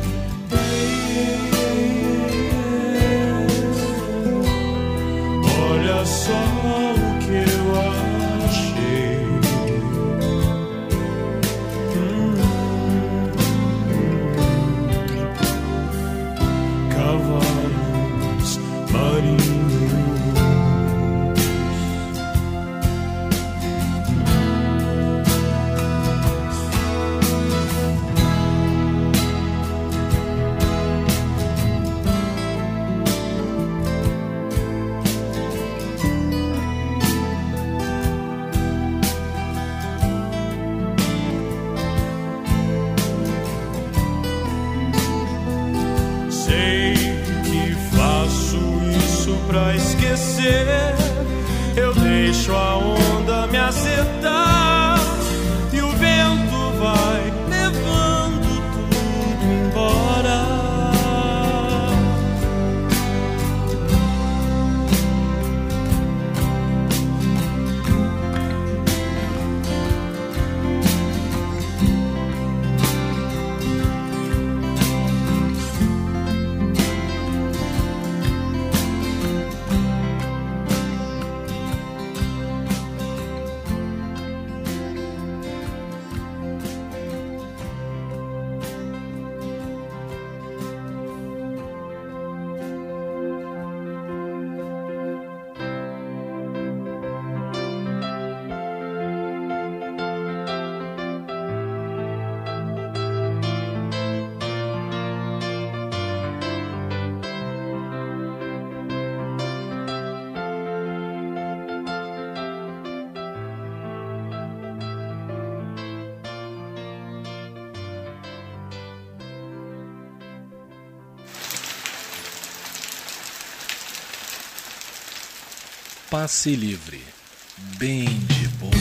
Olha só o que eu achei. Cavalos marinhos. Sei que faço isso pra esquecer. Eu deixo a onda me acertar e o vento vai levando tudo embora. Passe Livre. Bem de boa.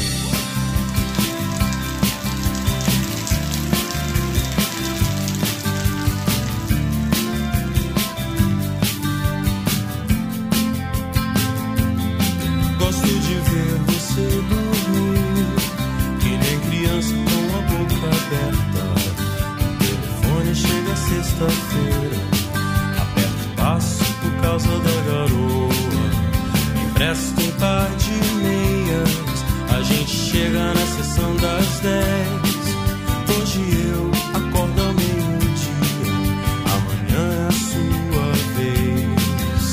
Gosto de ver você dormir, que nem criança com a boca aberta. O telefone chega sexta-feira, aperto o passo por causa da garoa. Empresto um par de meias, a gente chega na sessão das 10. Hoje eu acordo ao meio-dia, amanhã é a sua vez.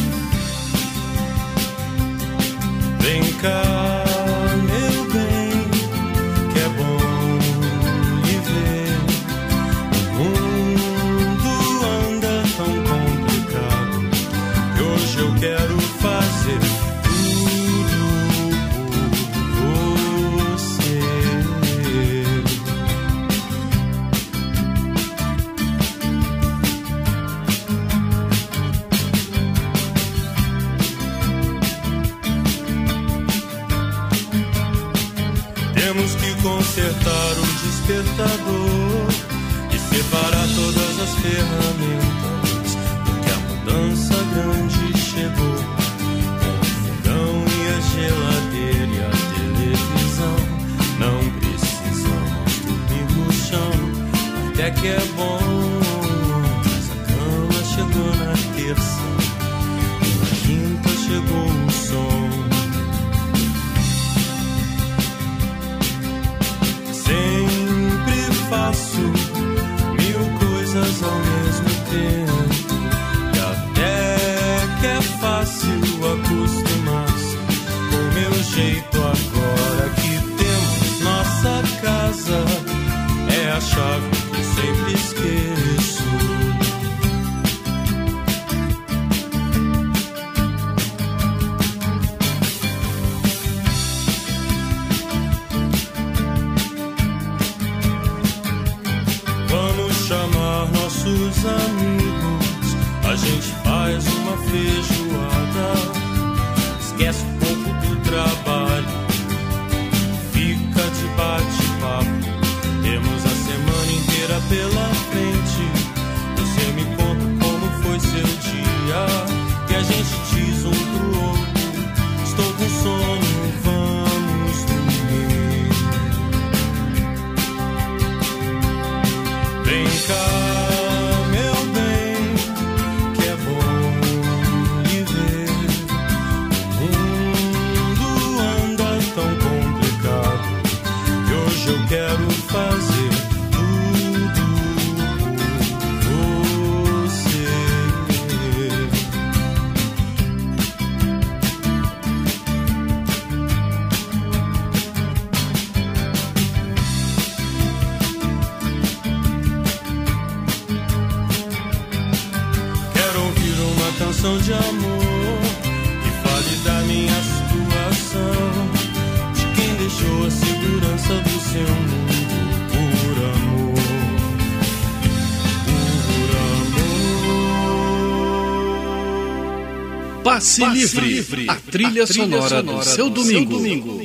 Vem cá, meu bem, que é bom lhe ver. O mundo anda tão complicado que hoje eu quero fazer tudo por você. Temos que consertar o despertador e separar todas as ferramentas, porque a mudança grande chegou. Com o fogão e a geladeira e a televisão, não precisamos dormir no chão, até que é bom. Mas a cama chegou na terça e na quinta chegou o som. Sempre faço 1000 coisas ao mesmo tempo, e até que é fácil acostumar-se com o meu jeito. Agora que temos nossa casa, é a chave que sempre esqueço. Chamar nossos amigos, a gente faz uma feijoada, esquece um pouco do trabalho, fica de bate-papo. Temos a semana inteira pela frente, você me conta como foi seu dia, e a gente diz um pro outro: estou com sono, vamos dormir. Vem cá, meu bem, que é bom lhe ver. O mundo anda tão complicado que hoje eu quero fazer tudo por você. Canção de amor que fale da minha situação, de quem deixou a segurança do seu mundo por amor, por amor. Passe Livre, a trilha sonora do seu domingo.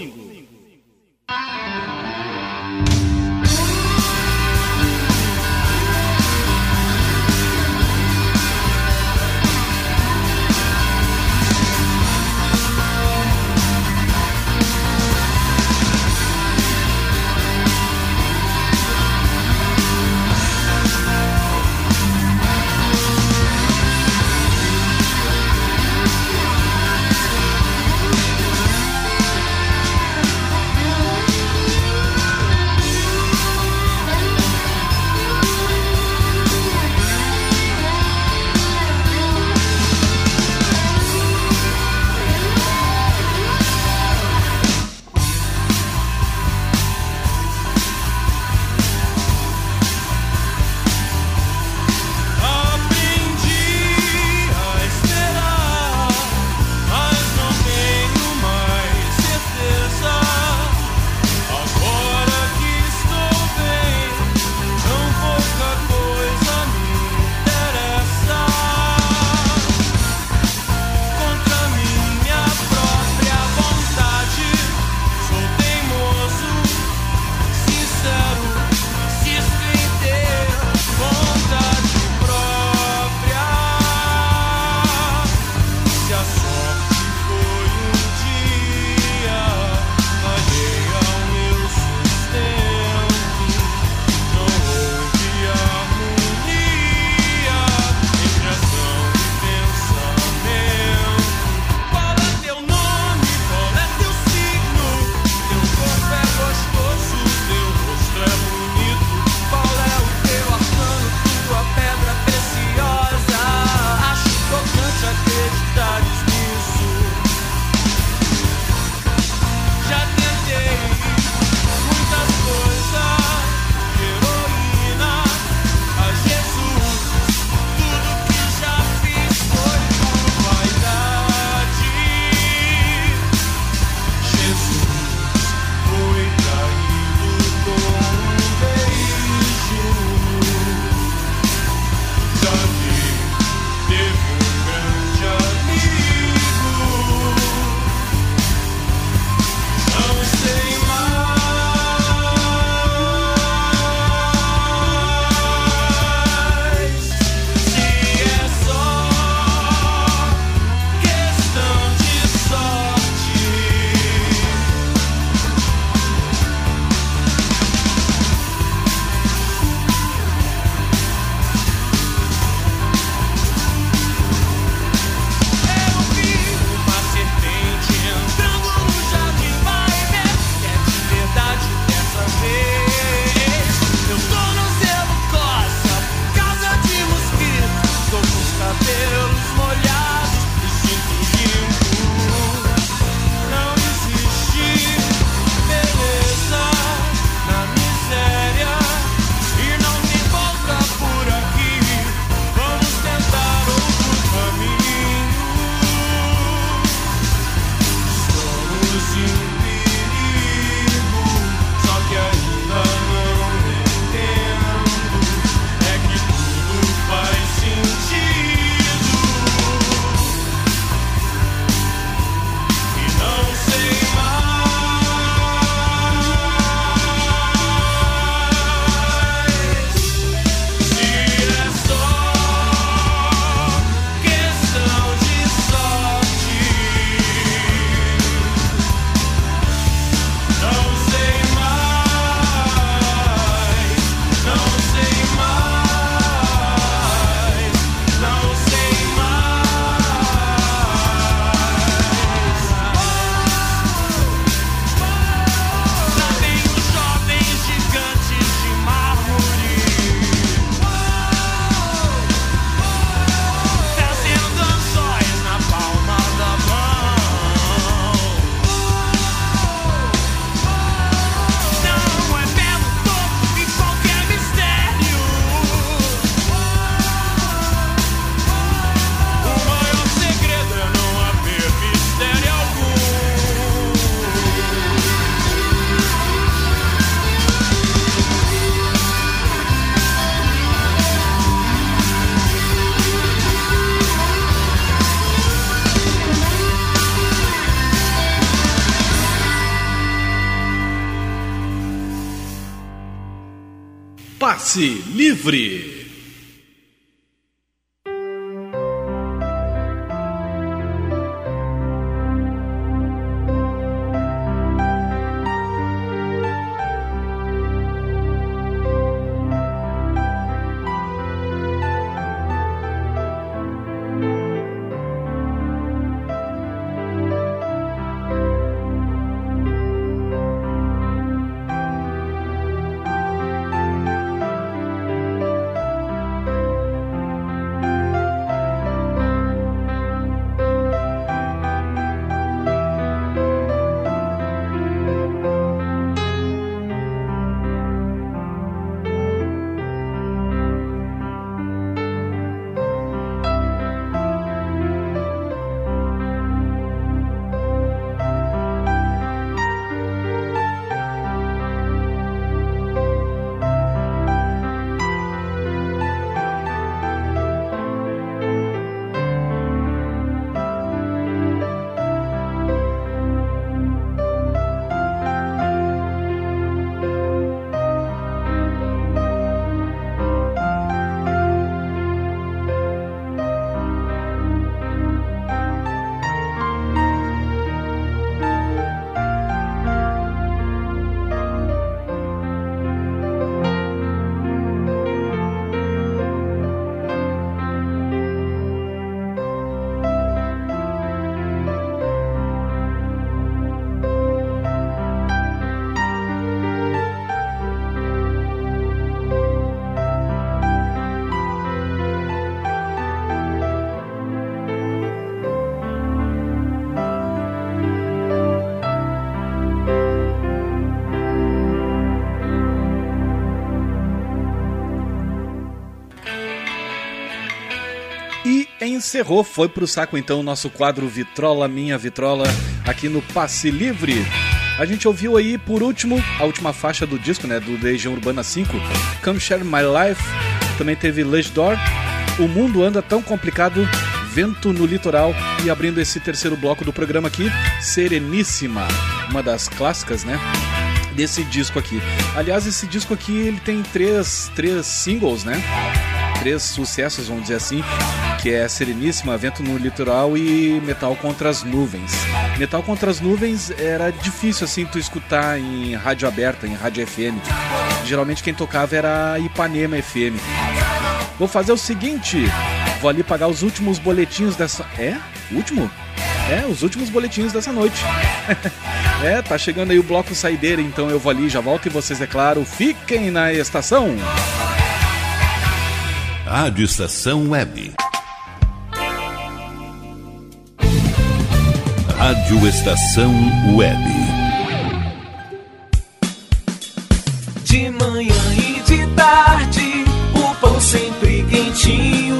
Passe Livre. Encerrou, foi pro saco então o nosso quadro Vitrola Minha Vitrola aqui no Passe Livre. A gente ouviu aí por último a última faixa do disco, né, do Legião Urbana 5, Come Share My Life. Também teve Lejdor, O Mundo Anda Tão Complicado, Vento no Litoral, e abrindo esse terceiro bloco do programa aqui, Sereníssima, uma das clássicas, né, desse disco aqui. Aliás, esse disco aqui ele tem três singles, né? 3 sucessos, vamos dizer assim, que é Sereníssima, Vento no Litoral e Metal Contra as Nuvens. Metal Contra as Nuvens era difícil assim tu escutar em rádio aberta, em rádio FM. Geralmente quem tocava era Ipanema FM. Vou fazer o seguinte, vou ali pagar os últimos boletins dessa... Último? Os últimos boletins dessa noite. Tá chegando aí o bloco saideira, então eu vou ali, já volto e vocês, é claro, fiquem na estação. Rádio Estação Web. Rádio Estação Web. De manhã e de tarde, o pão sempre quentinho.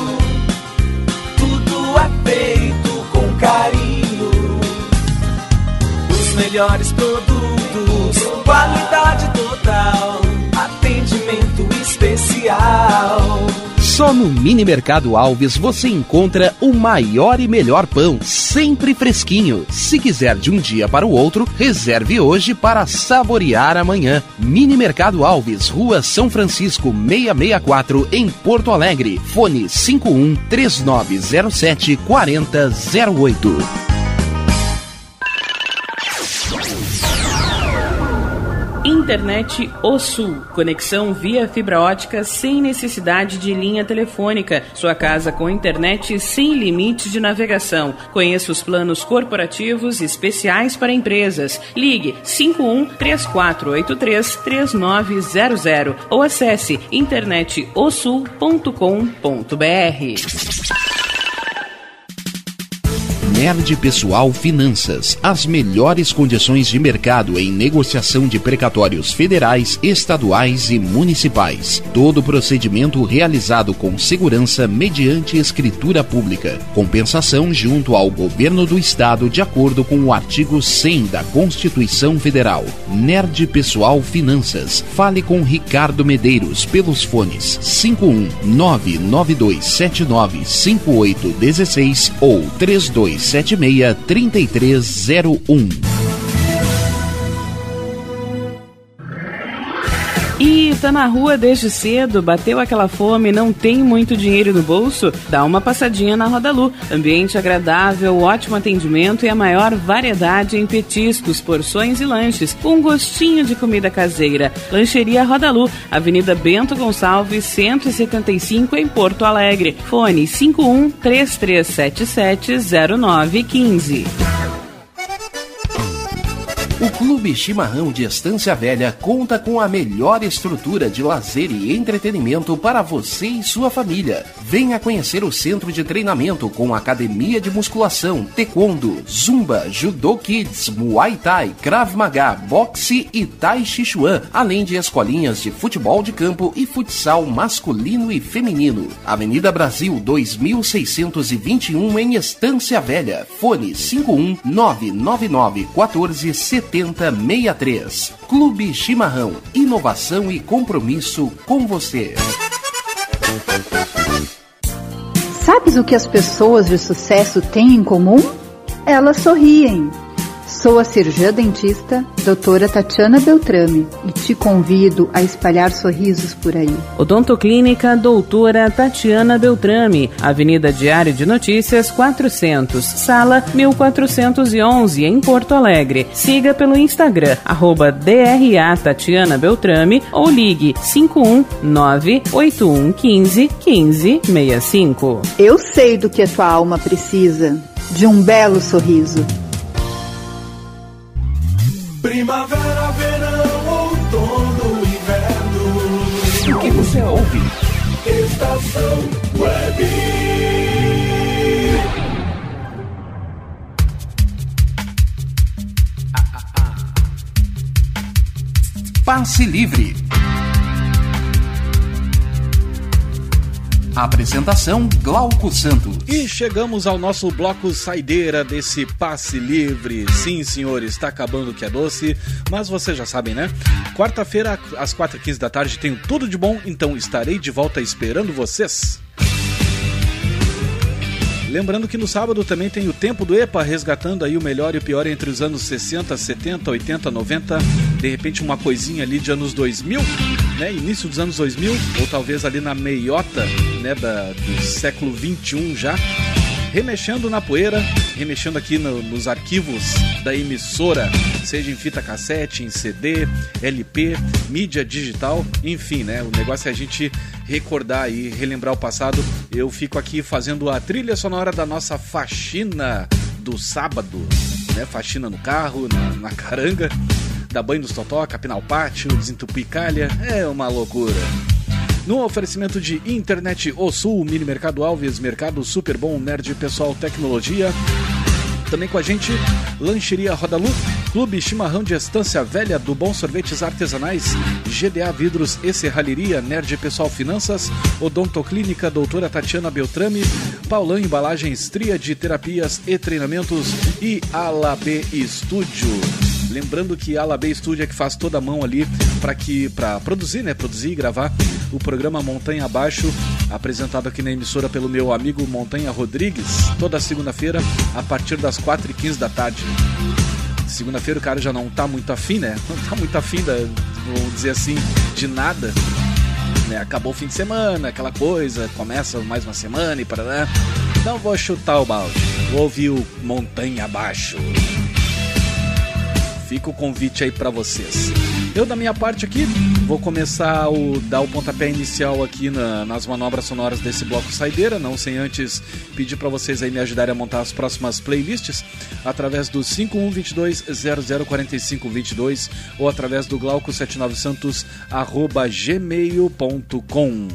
Tudo é feito com carinho. Os melhores produtos, qualidade total, atendimento especial. Só no Mini Mercado Alves você encontra o maior e melhor pão, sempre fresquinho. Se quiser de um dia para o outro, reserve hoje para saborear amanhã. Mini Mercado Alves, Rua São Francisco 664, em Porto Alegre. Fone 51 3907 4008. Internet O Sul. Conexão via fibra ótica sem necessidade de linha telefônica. Sua casa com internet sem limite de navegação. Conheça os planos corporativos especiais para empresas. Ligue 51-3483-3900 ou acesse internetosul.com.br. Nerd Pessoal Finanças, as melhores condições de mercado em negociação de precatórios federais, estaduais e municipais. Todo procedimento realizado com segurança mediante escritura pública. Compensação junto ao governo do estado de acordo com o artigo 100 da Constituição Federal. Nerd Pessoal Finanças. Fale com Ricardo Medeiros pelos fones 51992795816 ou 3276-3301. E tá na rua desde cedo, bateu aquela fome, não tem muito dinheiro no bolso? Dá uma passadinha na Roda Lu. Ambiente agradável, ótimo atendimento e a maior variedade em petiscos, porções e lanches, com gostinho de comida caseira. Lancheria Roda Lu, Avenida Bento Gonçalves, 175 em Porto Alegre. Fone 51-3377-0915. O Clube Chimarrão de Estância Velha conta com a melhor estrutura de lazer e entretenimento para você e sua família. Venha conhecer o centro de treinamento com academia de musculação, taekwondo, zumba, judô kids, muay thai, krav maga, boxe e tai chi chuan, além de escolinhas de futebol de campo e futsal masculino e feminino. Avenida Brasil 2621 em Estância Velha. Fone 51999147063. Clube Chimarrão, inovação e compromisso com você. Sabes o que as pessoas de sucesso têm em comum? Elas sorriem. Sou a cirurgiã dentista, doutora Tatiana Beltrame, e te convido a espalhar sorrisos por aí. Odontoclínica doutora Tatiana Beltrame, Avenida Diário de Notícias 400, Sala 1411, em Porto Alegre. Siga pelo Instagram, @DRA Tatiana Beltrame ou ligue 51981151565. Eu sei do que a tua alma precisa, de um belo sorriso. Primavera, verão, outono, inverno. O que você ouve? Estação Web. Passe Livre. Apresentação Glauco Santos. E chegamos ao nosso bloco saideira desse Passe Livre. Sim, senhores, está acabando o que é doce, mas vocês já sabem, né? Quarta-feira, às 4h15 da tarde, tenho tudo de bom, então estarei de volta esperando vocês. Lembrando que no sábado também tem o Tempo do EPA, resgatando aí o melhor e o pior entre os anos 60, 70, 80, 90, de repente uma coisinha ali de anos 2000, né, início dos anos 2000, ou talvez ali na meiota, né, do século 21 já, remexendo na poeira, remexendo aqui nos arquivos da emissora, seja em fita cassete, em CD, LP, mídia digital, enfim, né, o negócio é a gente recordar e relembrar o passado. Eu fico aqui fazendo a trilha sonora da nossa faxina do sábado, né, faxina no carro, na caranga, dar banho nos totó, capinar o pátio, desentupir calha, é uma loucura. No oferecimento de Internet O Sul, Mini Mercado Alves, Mercado Super Bom, Nerd Pessoal Tecnologia. Também com a gente, Lancheria Roda Lu, Clube Chimarrão de Estância Velha, do Bom Sorvetes Artesanais, GDA Vidros e Serralheria, Nerd Pessoal Finanças, Odontoclínica doutora Tatiana Beltrame, Paulão Embalagens, Tríade Terapias e Treinamentos e Alab Estúdio. Lembrando que a Alab Studio é que faz toda a mão ali para produzir, né? Produzir e gravar o programa Montanha Abaixo, apresentado aqui na emissora pelo meu amigo Montanha Rodrigues, toda segunda-feira, a partir das 4h15 da tarde. Segunda-feira o cara já não tá muito afim, né? Não tá muito afim, vamos dizer assim, de nada. Né? Acabou o fim de semana, aquela coisa, começa mais uma semana e parará. Então vou chutar o balde, vou ouvir o Montanha Abaixo. Fica o convite aí pra vocês. Eu, da minha parte aqui, vou começar a dar o pontapé inicial aqui nas manobras sonoras desse bloco saideira, não sem antes pedir pra vocês aí me ajudarem a montar as próximas playlists através do 5122004522 ou através do glauco79santos@gmail.com.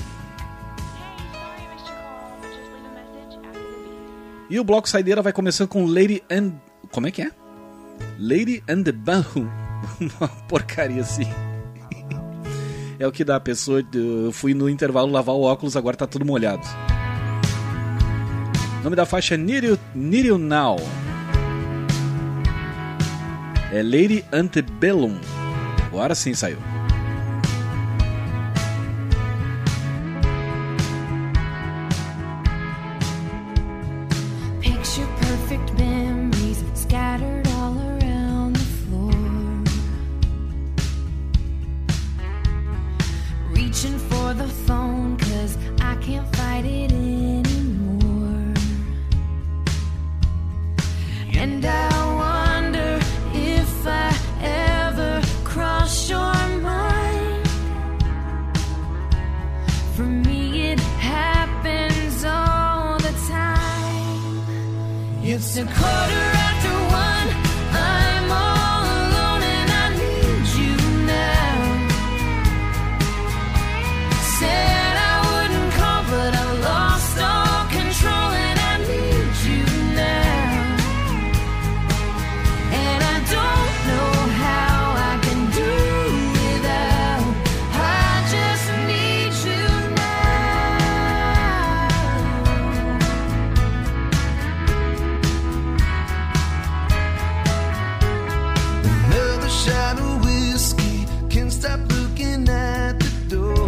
E o bloco saideira vai começando com Lady and... Como é que é? Lady and the Bamboo. Uma porcaria assim. É o que dá a pessoa. Eu fui no intervalo lavar o óculos, agora tá tudo molhado. O nome da faixa é Need You Now. É Lady Antebellum. Agora sim saiu. Picture perfect memories scattered all around the floor. reaching for the phone 'cause I can't fight it anymore. And I wonder if I ever cross your mind. For me it happens all the time. It's a 1:15. I'm all alone and I need you now. Said I wouldn't call, but I lost all control and I need you now. And I don't know how I can do without. I just need you Another shot of whiskey, can't stop looking at the door.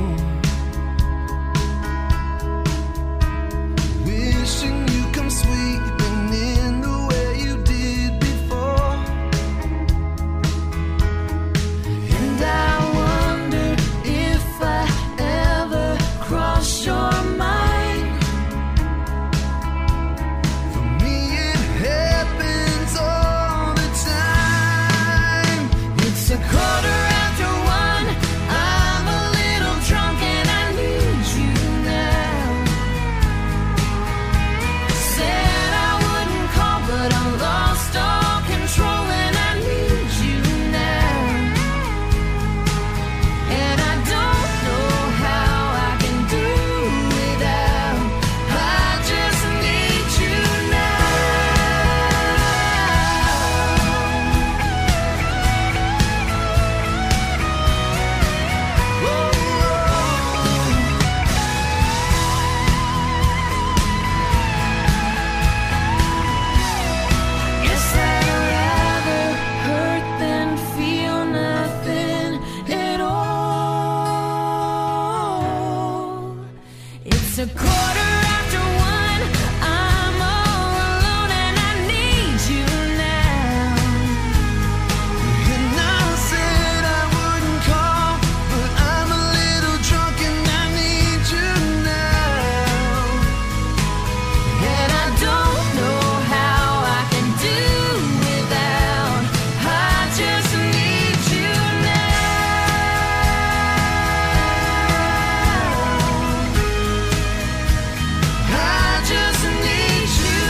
Wishing you come sweeping in the way you did before. And I wonder if I ever cross your mind. For me it happens all the time. It's a 1:15. I'm a little drunk and I need you now. Said I wouldn't call, but I lost all control and I need you now. And I don't know how I can do without. I just need you Guess I'd rather hurt than feel nothing at all. It's a 1:15. I'm all alone and I need you now. And I said I wouldn't call, but I'm a little drunk and I need you now. And I don't know how I can do without. I just need you I just need you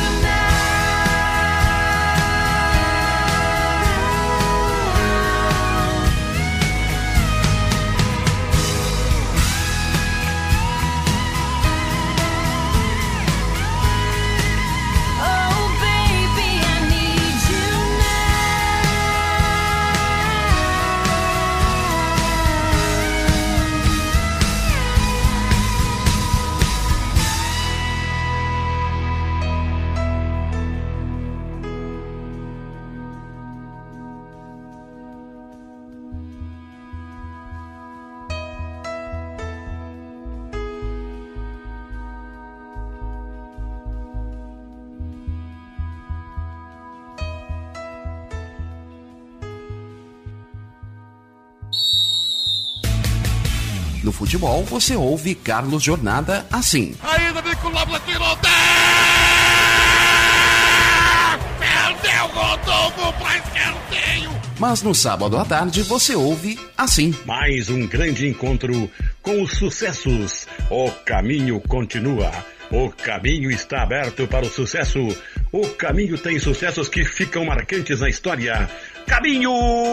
Oh baby, I need you No futebol, você ouve Carlos Jornada assim. Ainda vinculado aqui no perdeu o gol pra escanteio. Mas no sábado à tarde, você ouve assim. Mais um grande encontro com os sucessos. O caminho continua. O caminho está aberto para o sucesso. O caminho tem sucessos que ficam marcantes na história. Caminhos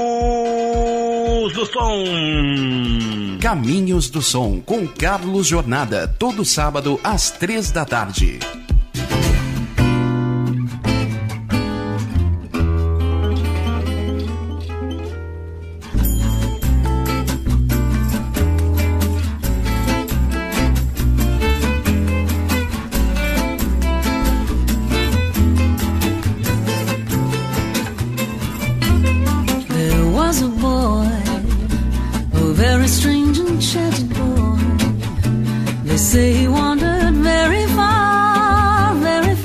do Som. Caminhos do Som, com Carlos Jornada, todo sábado às 3 da tarde. There was a boy, a very strange and enchanted boy. They say he wandered very far,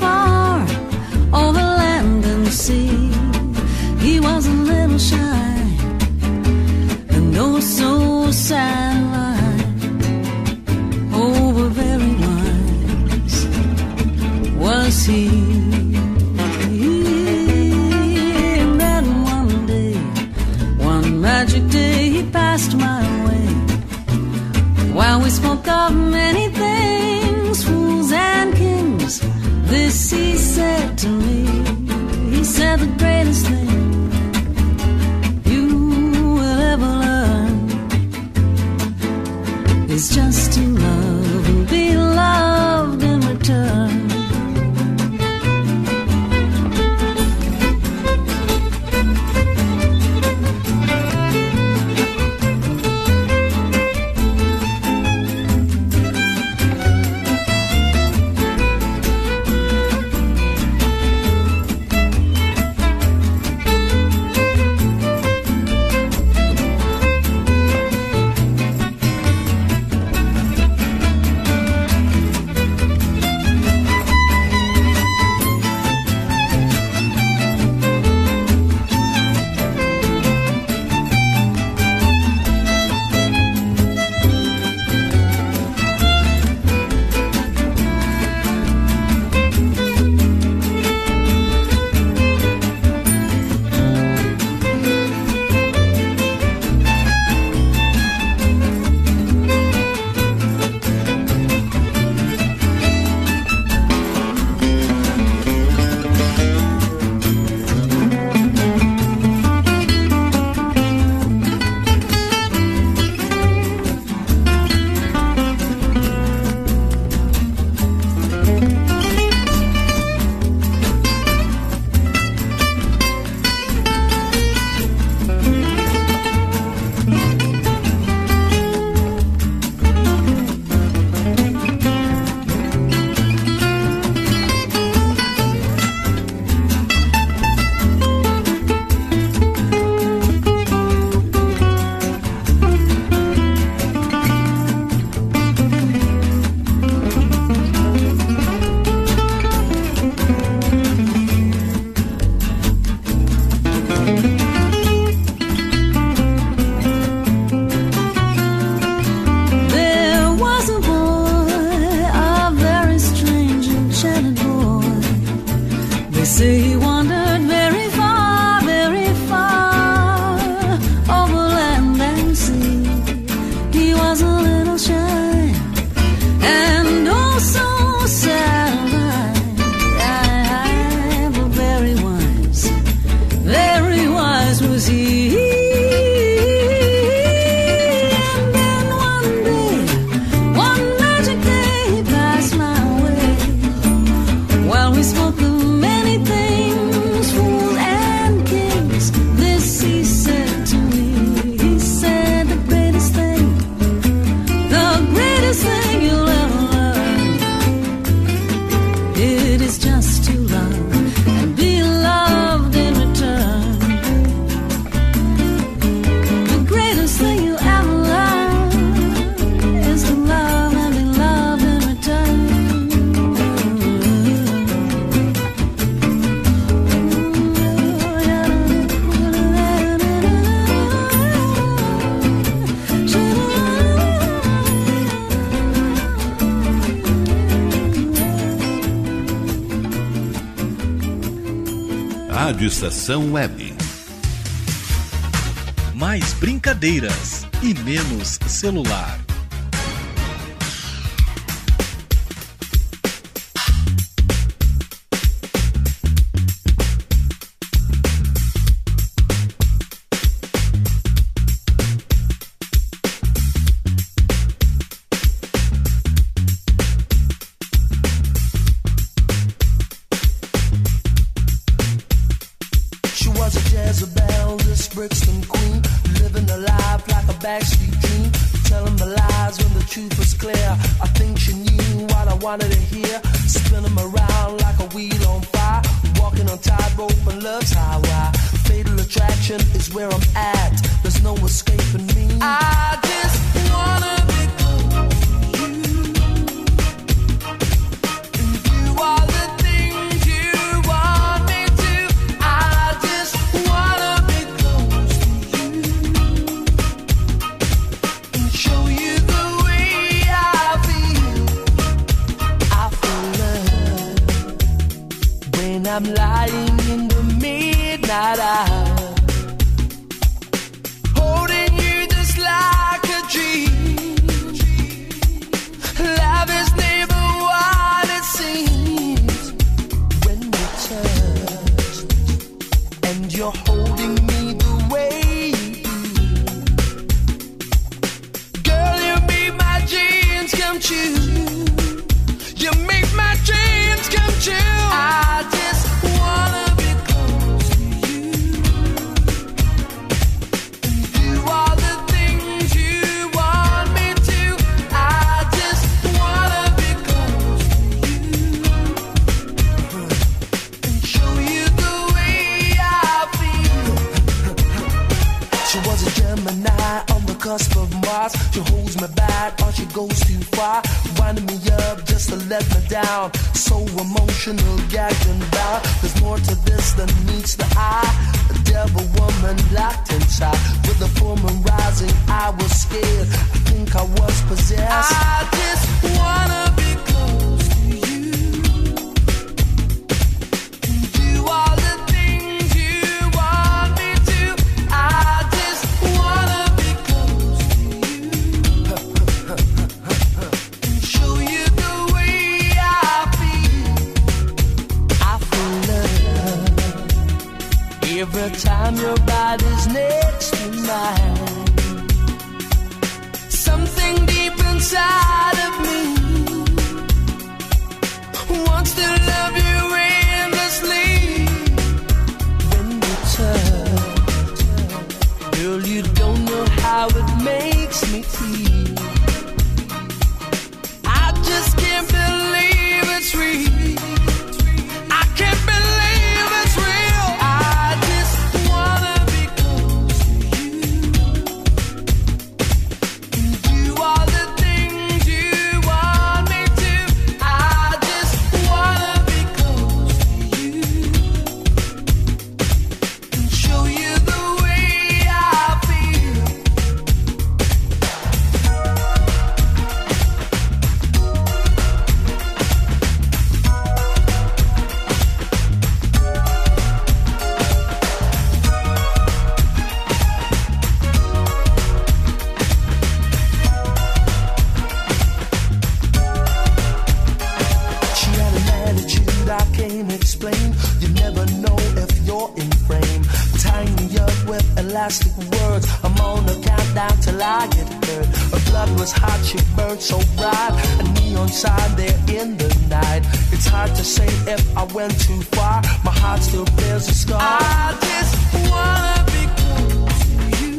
over land and sea. He was a little shy and oh so sad. see. And then one day, one magic day, he passed my way. While we spoke of many things, fools and kings, this he said to me. He said the greatest thing you will ever learn is just to love and be loved in return. Rádio Estação Web. Mais brincadeiras e menos celular. I'm lying in the midnight hour, holding you just like a dream. Love is never what it seems when you touch, and you're holding me the way you do. Girl, you make my dreams come true. You make my dreams come true. I just wanna be close to you and do all the things you want me to. I just wanna be close to you and show you the way I feel. She was a Gemini on the cusp of Mars. She holds me back or she goes too far, winding me up just to let me down. So emotional, gagged and bound. There's more to this than meets the eye. A devil woman locked inside. With the full moon rising, I was scared. I think I was possessed. I just wanna be close to you and do all the things you want me to. I just wanna be close to you and show you the way I feel. I feel love every time your body's next to mine. Something deep inside of me wants to love you endlessly. When you touch, girl, you don't know how it makes me feel. I just can't believe it's real. I can't believe it's real. I just wanna be close to you and do all the things you want me to. I just wanna be close to you and show you the way I feel. She had an attitude I can't explain. You never know if you're in frame. Tying me up with elastic words. I'm on a countdown till I get hurt. Her blood was hot, she burned so bright. A neon sign there in the night. It's hard to say if I went too far. My heart still bears a scar. I just wanna be close to you.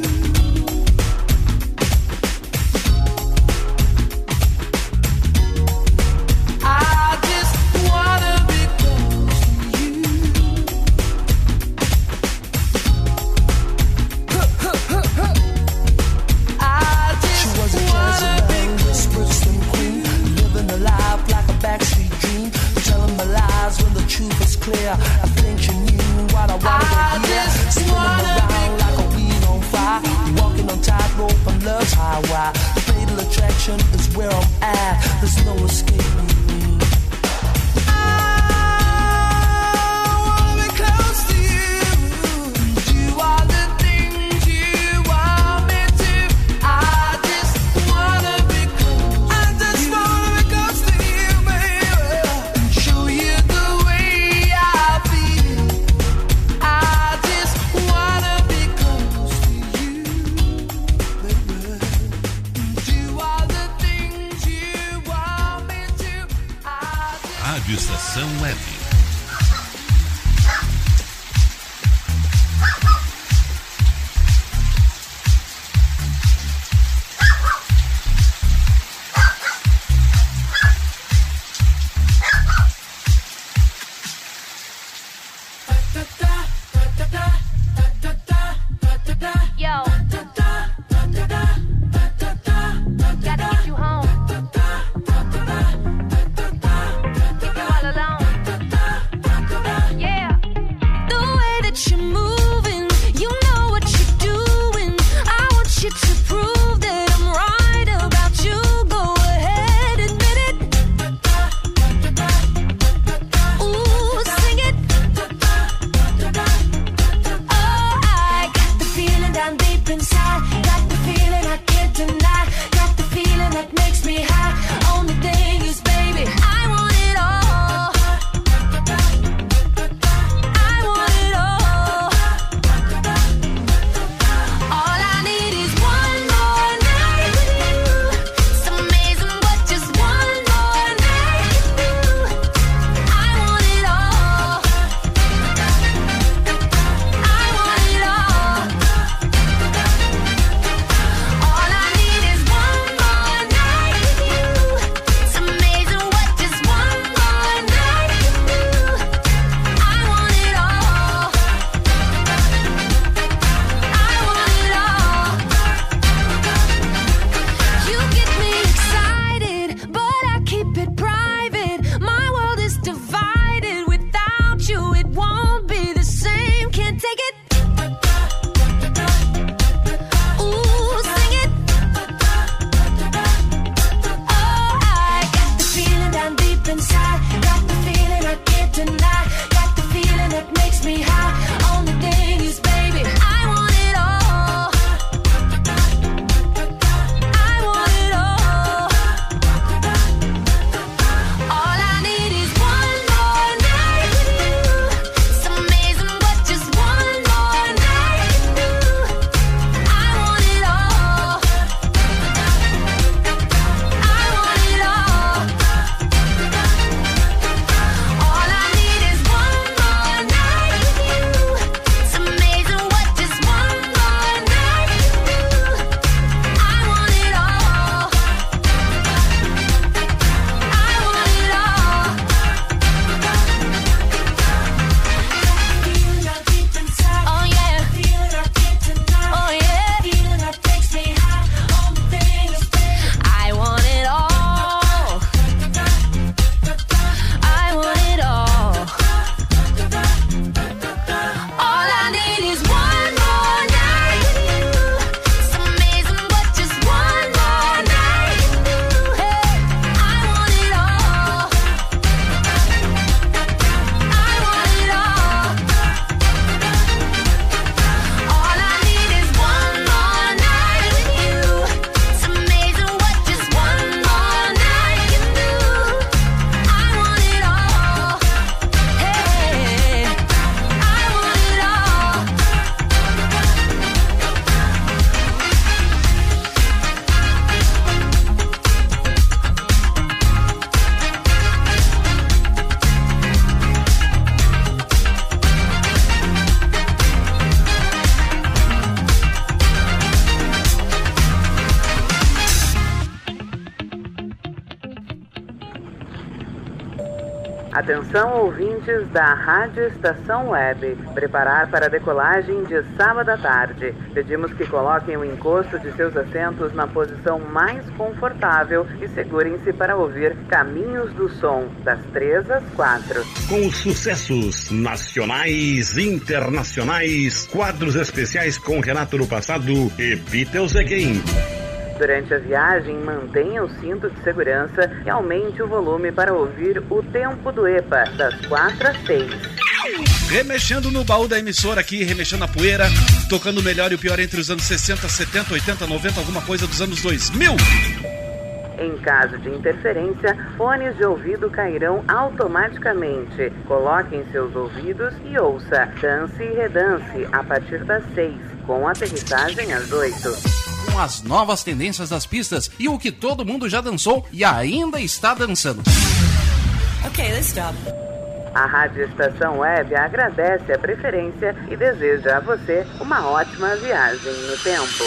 I just wanna be close to you. I just she was a Jezebel, Brixton queen, living a life like a backstreet dream, telling my lies when the truth is clear. I think she knew what I wanted to hear. Spinning around like a wheel on fire, walking on tightrope on love's highway. Fatal attraction is where I'm at. There's no escaping me. I wanna be close to you, do all the things you want me to. I just wanna be close. I just wanna be close to you, baby, and show you the way I feel. I just wanna be close to you, baby, and do all the things you want me to. Rádio Estação Web. Yo. Gotta get you home. You all alone. that makes me high. Only thing is, baby, I want it all. I want it all. All I need is one more night with you. It's amazing what just one more night can do. I want it all. I want it all. All I need is one more night with you. It's amazing what just one more night can do. I want it all. I want it all. You get me excited, but I keep it private. My world is divided. Without you, it won't be the same. Can't take it. Ooh, sing it. Oh, I got the feeling down deep inside. Got the feeling I can't deny. Got the feeling that makes me high. Only thing is, baby, I want it all. I want it all. All I need is one more night with you. It's amazing what just one more night can do. I want it all. I want it all. All I need is one more night with you. It's amazing what just one more night can do. I want it all. I want it all. Feeling out deep inside. Oh yeah. Feeling I can't deny. Oh yeah. Feeling that makes me high. Only thing is, baby, I want it all. I want it all. All I need is one more night with you. It's amazing what just one more night can do. Hey, I want it all. I want it all. All I need is one more night with you. It's amazing what just one more night can do. I want it all. Hey, I want it all. Atenção, ouvintes da Rádio Estação Web. Preparar para a decolagem de sábado à tarde. Pedimos que coloquem o encosto de seus assentos na posição mais confortável e segurem-se para ouvir Caminhos do Som, das 3 às 4. Com sucessos nacionais, internacionais, quadros especiais com Renato no passado e Beatles Again. Durante a viagem, mantenha o cinto de segurança e aumente o volume para ouvir o Tempo do EPA, das 4 às 6. Remexendo no baú da emissora aqui, remexendo a poeira, tocando o melhor e o pior entre os anos 60, 70, 80, 90, alguma coisa dos anos 2000. Em caso de interferência, fones de ouvido cairão automaticamente. Coloque em seus ouvidos e ouça Dance e Redance a partir das 6, com aterrissagem às 8. Com as novas tendências das pistas e o que todo mundo já dançou e ainda está dançando. Okay, let's stop. A Rádio Estação Web agradece a preferência e deseja a você uma ótima viagem no tempo.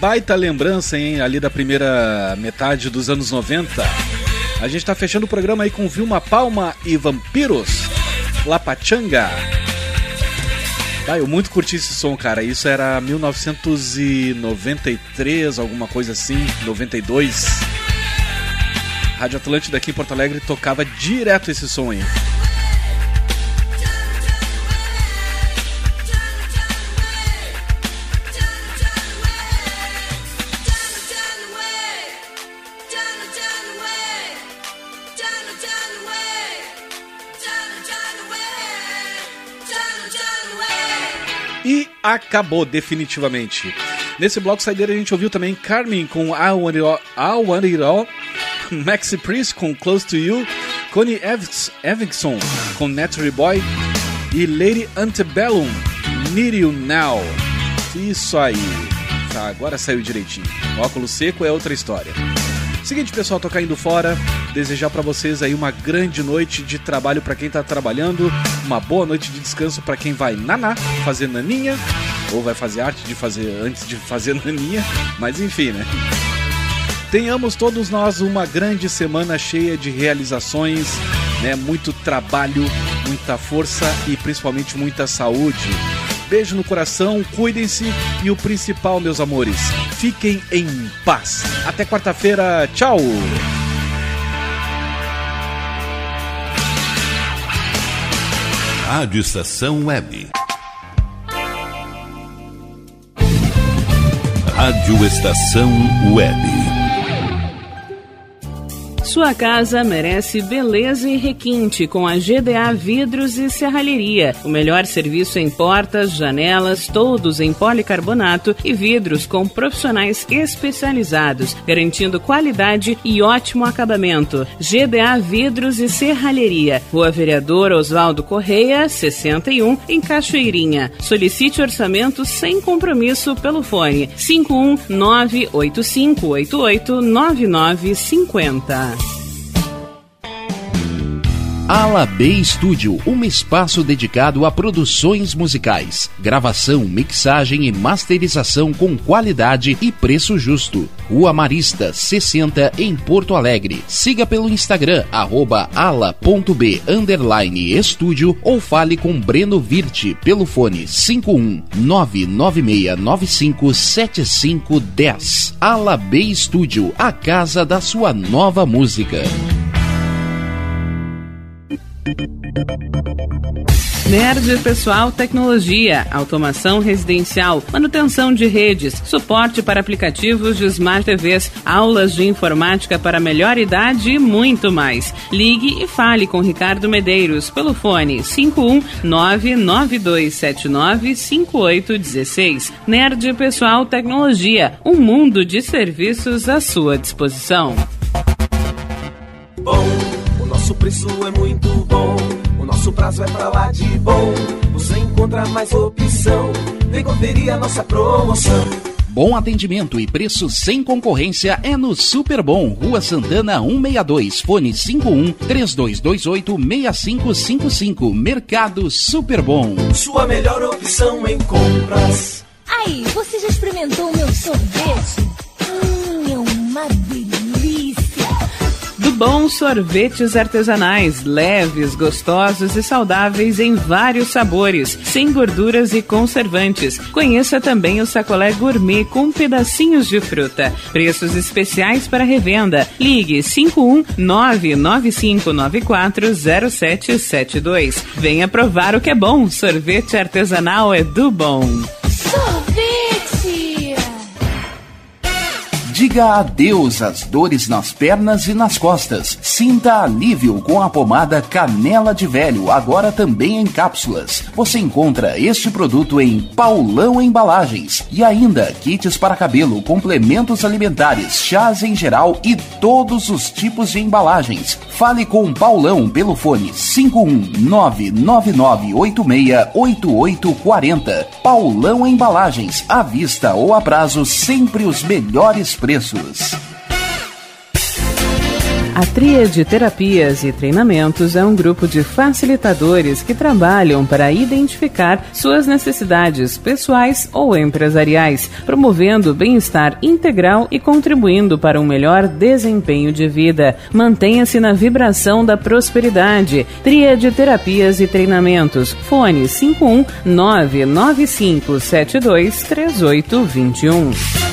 baita lembrança, hein, ali da primeira metade dos anos 90. A gente tá fechando o programa aí com Vilma Palma e Vampiros, La Pachanga. Eu muito curti esse som, cara. Isso era 1993, alguma coisa assim, 92. Rádio Atlântida aqui em Porto Alegre tocava direto esse som aí. E acabou definitivamente. Nesse bloco saideira a gente ouviu também Carmen com I Want It All, Maxi Priest com Close to You, Connie Evickson com Naturally Boy e Lady Antebellum, Need You Now. Isso aí. Tá, agora saiu direitinho. Óculos seco é outra história. Seguinte, pessoal, tô caindo fora. Desejar pra vocês aí uma grande noite de trabalho pra quem tá trabalhando, uma boa noite de descanso pra quem vai naná, fazer naninha, ou vai fazer arte de fazer antes de fazer naninha, mas enfim, né? Tenhamos todos nós uma grande semana cheia de realizações, né? Muito trabalho, muita força e principalmente muita saúde. Beijo no coração, cuidem-se e o principal, meus amores, fiquem em paz. Até quarta-feira, tchau! Rádio Estação Web. Rádio Estação Web. Sua casa merece beleza e requinte com a GDA Vidros e Serralheria. O melhor serviço em portas, janelas, todos em policarbonato e vidros com profissionais especializados, garantindo qualidade e ótimo acabamento. GDA Vidros e Serralheria. Rua Vereador Oswaldo Correia, 61, em Cachoeirinha. Solicite orçamento sem compromisso pelo fone 51985889950. Ala B Studio, um espaço dedicado a produções musicais, gravação, mixagem e masterização com qualidade e preço justo. Rua Marista, 60, em Porto Alegre. Siga pelo Instagram, @ala.b_estúdio ou fale com Breno Virte pelo fone 51996957510. Ala B Studio, a casa da sua nova música. Nerd Pessoal Tecnologia, automação residencial, manutenção de redes, suporte para aplicativos de Smart TVs, aulas de informática para melhor idade e muito mais. Ligue e fale com Ricardo Medeiros pelo fone 51992795816. Nerd Pessoal Tecnologia, um mundo de serviços à sua disposição. Bom, o nosso preço é muito bom. O nosso prazo é pra lá de bom. Você encontra mais opção. Vem conferir a nossa promoção. Bom atendimento e preço sem concorrência é no Super Bom, Rua Santana 162, fone 51-3228-6555. Mercado Super Bom. Sua melhor opção em compras. Aí, você já experimentou o meu sorvete? É uma delícia. Do Bom Sorvetes Artesanais, leves, gostosos e saudáveis em vários sabores, sem gorduras e conservantes. Conheça também o sacolé gourmet com pedacinhos de fruta. Preços especiais para revenda. Ligue 51995940772. Venha provar o que é bom. Sorvete artesanal é do Bom. Sorvete! Diga adeus às dores nas pernas e nas costas. Sinta alívio com a pomada Canela de Velho, agora também em cápsulas. Você encontra este produto em Paulão Embalagens. E ainda kits para cabelo, complementos alimentares, chás em geral e todos os tipos de embalagens. Fale com Paulão pelo fone 51999868840. Paulão Embalagens, à vista ou a prazo, sempre os melhores preços. A Tríade Terapias e Treinamentos é um grupo de facilitadores que trabalham para identificar suas necessidades pessoais ou empresariais, promovendo o bem-estar integral e contribuindo para um melhor desempenho de vida. Mantenha-se na vibração da prosperidade. Tríade Terapias e Treinamentos. Fone 51 995723821.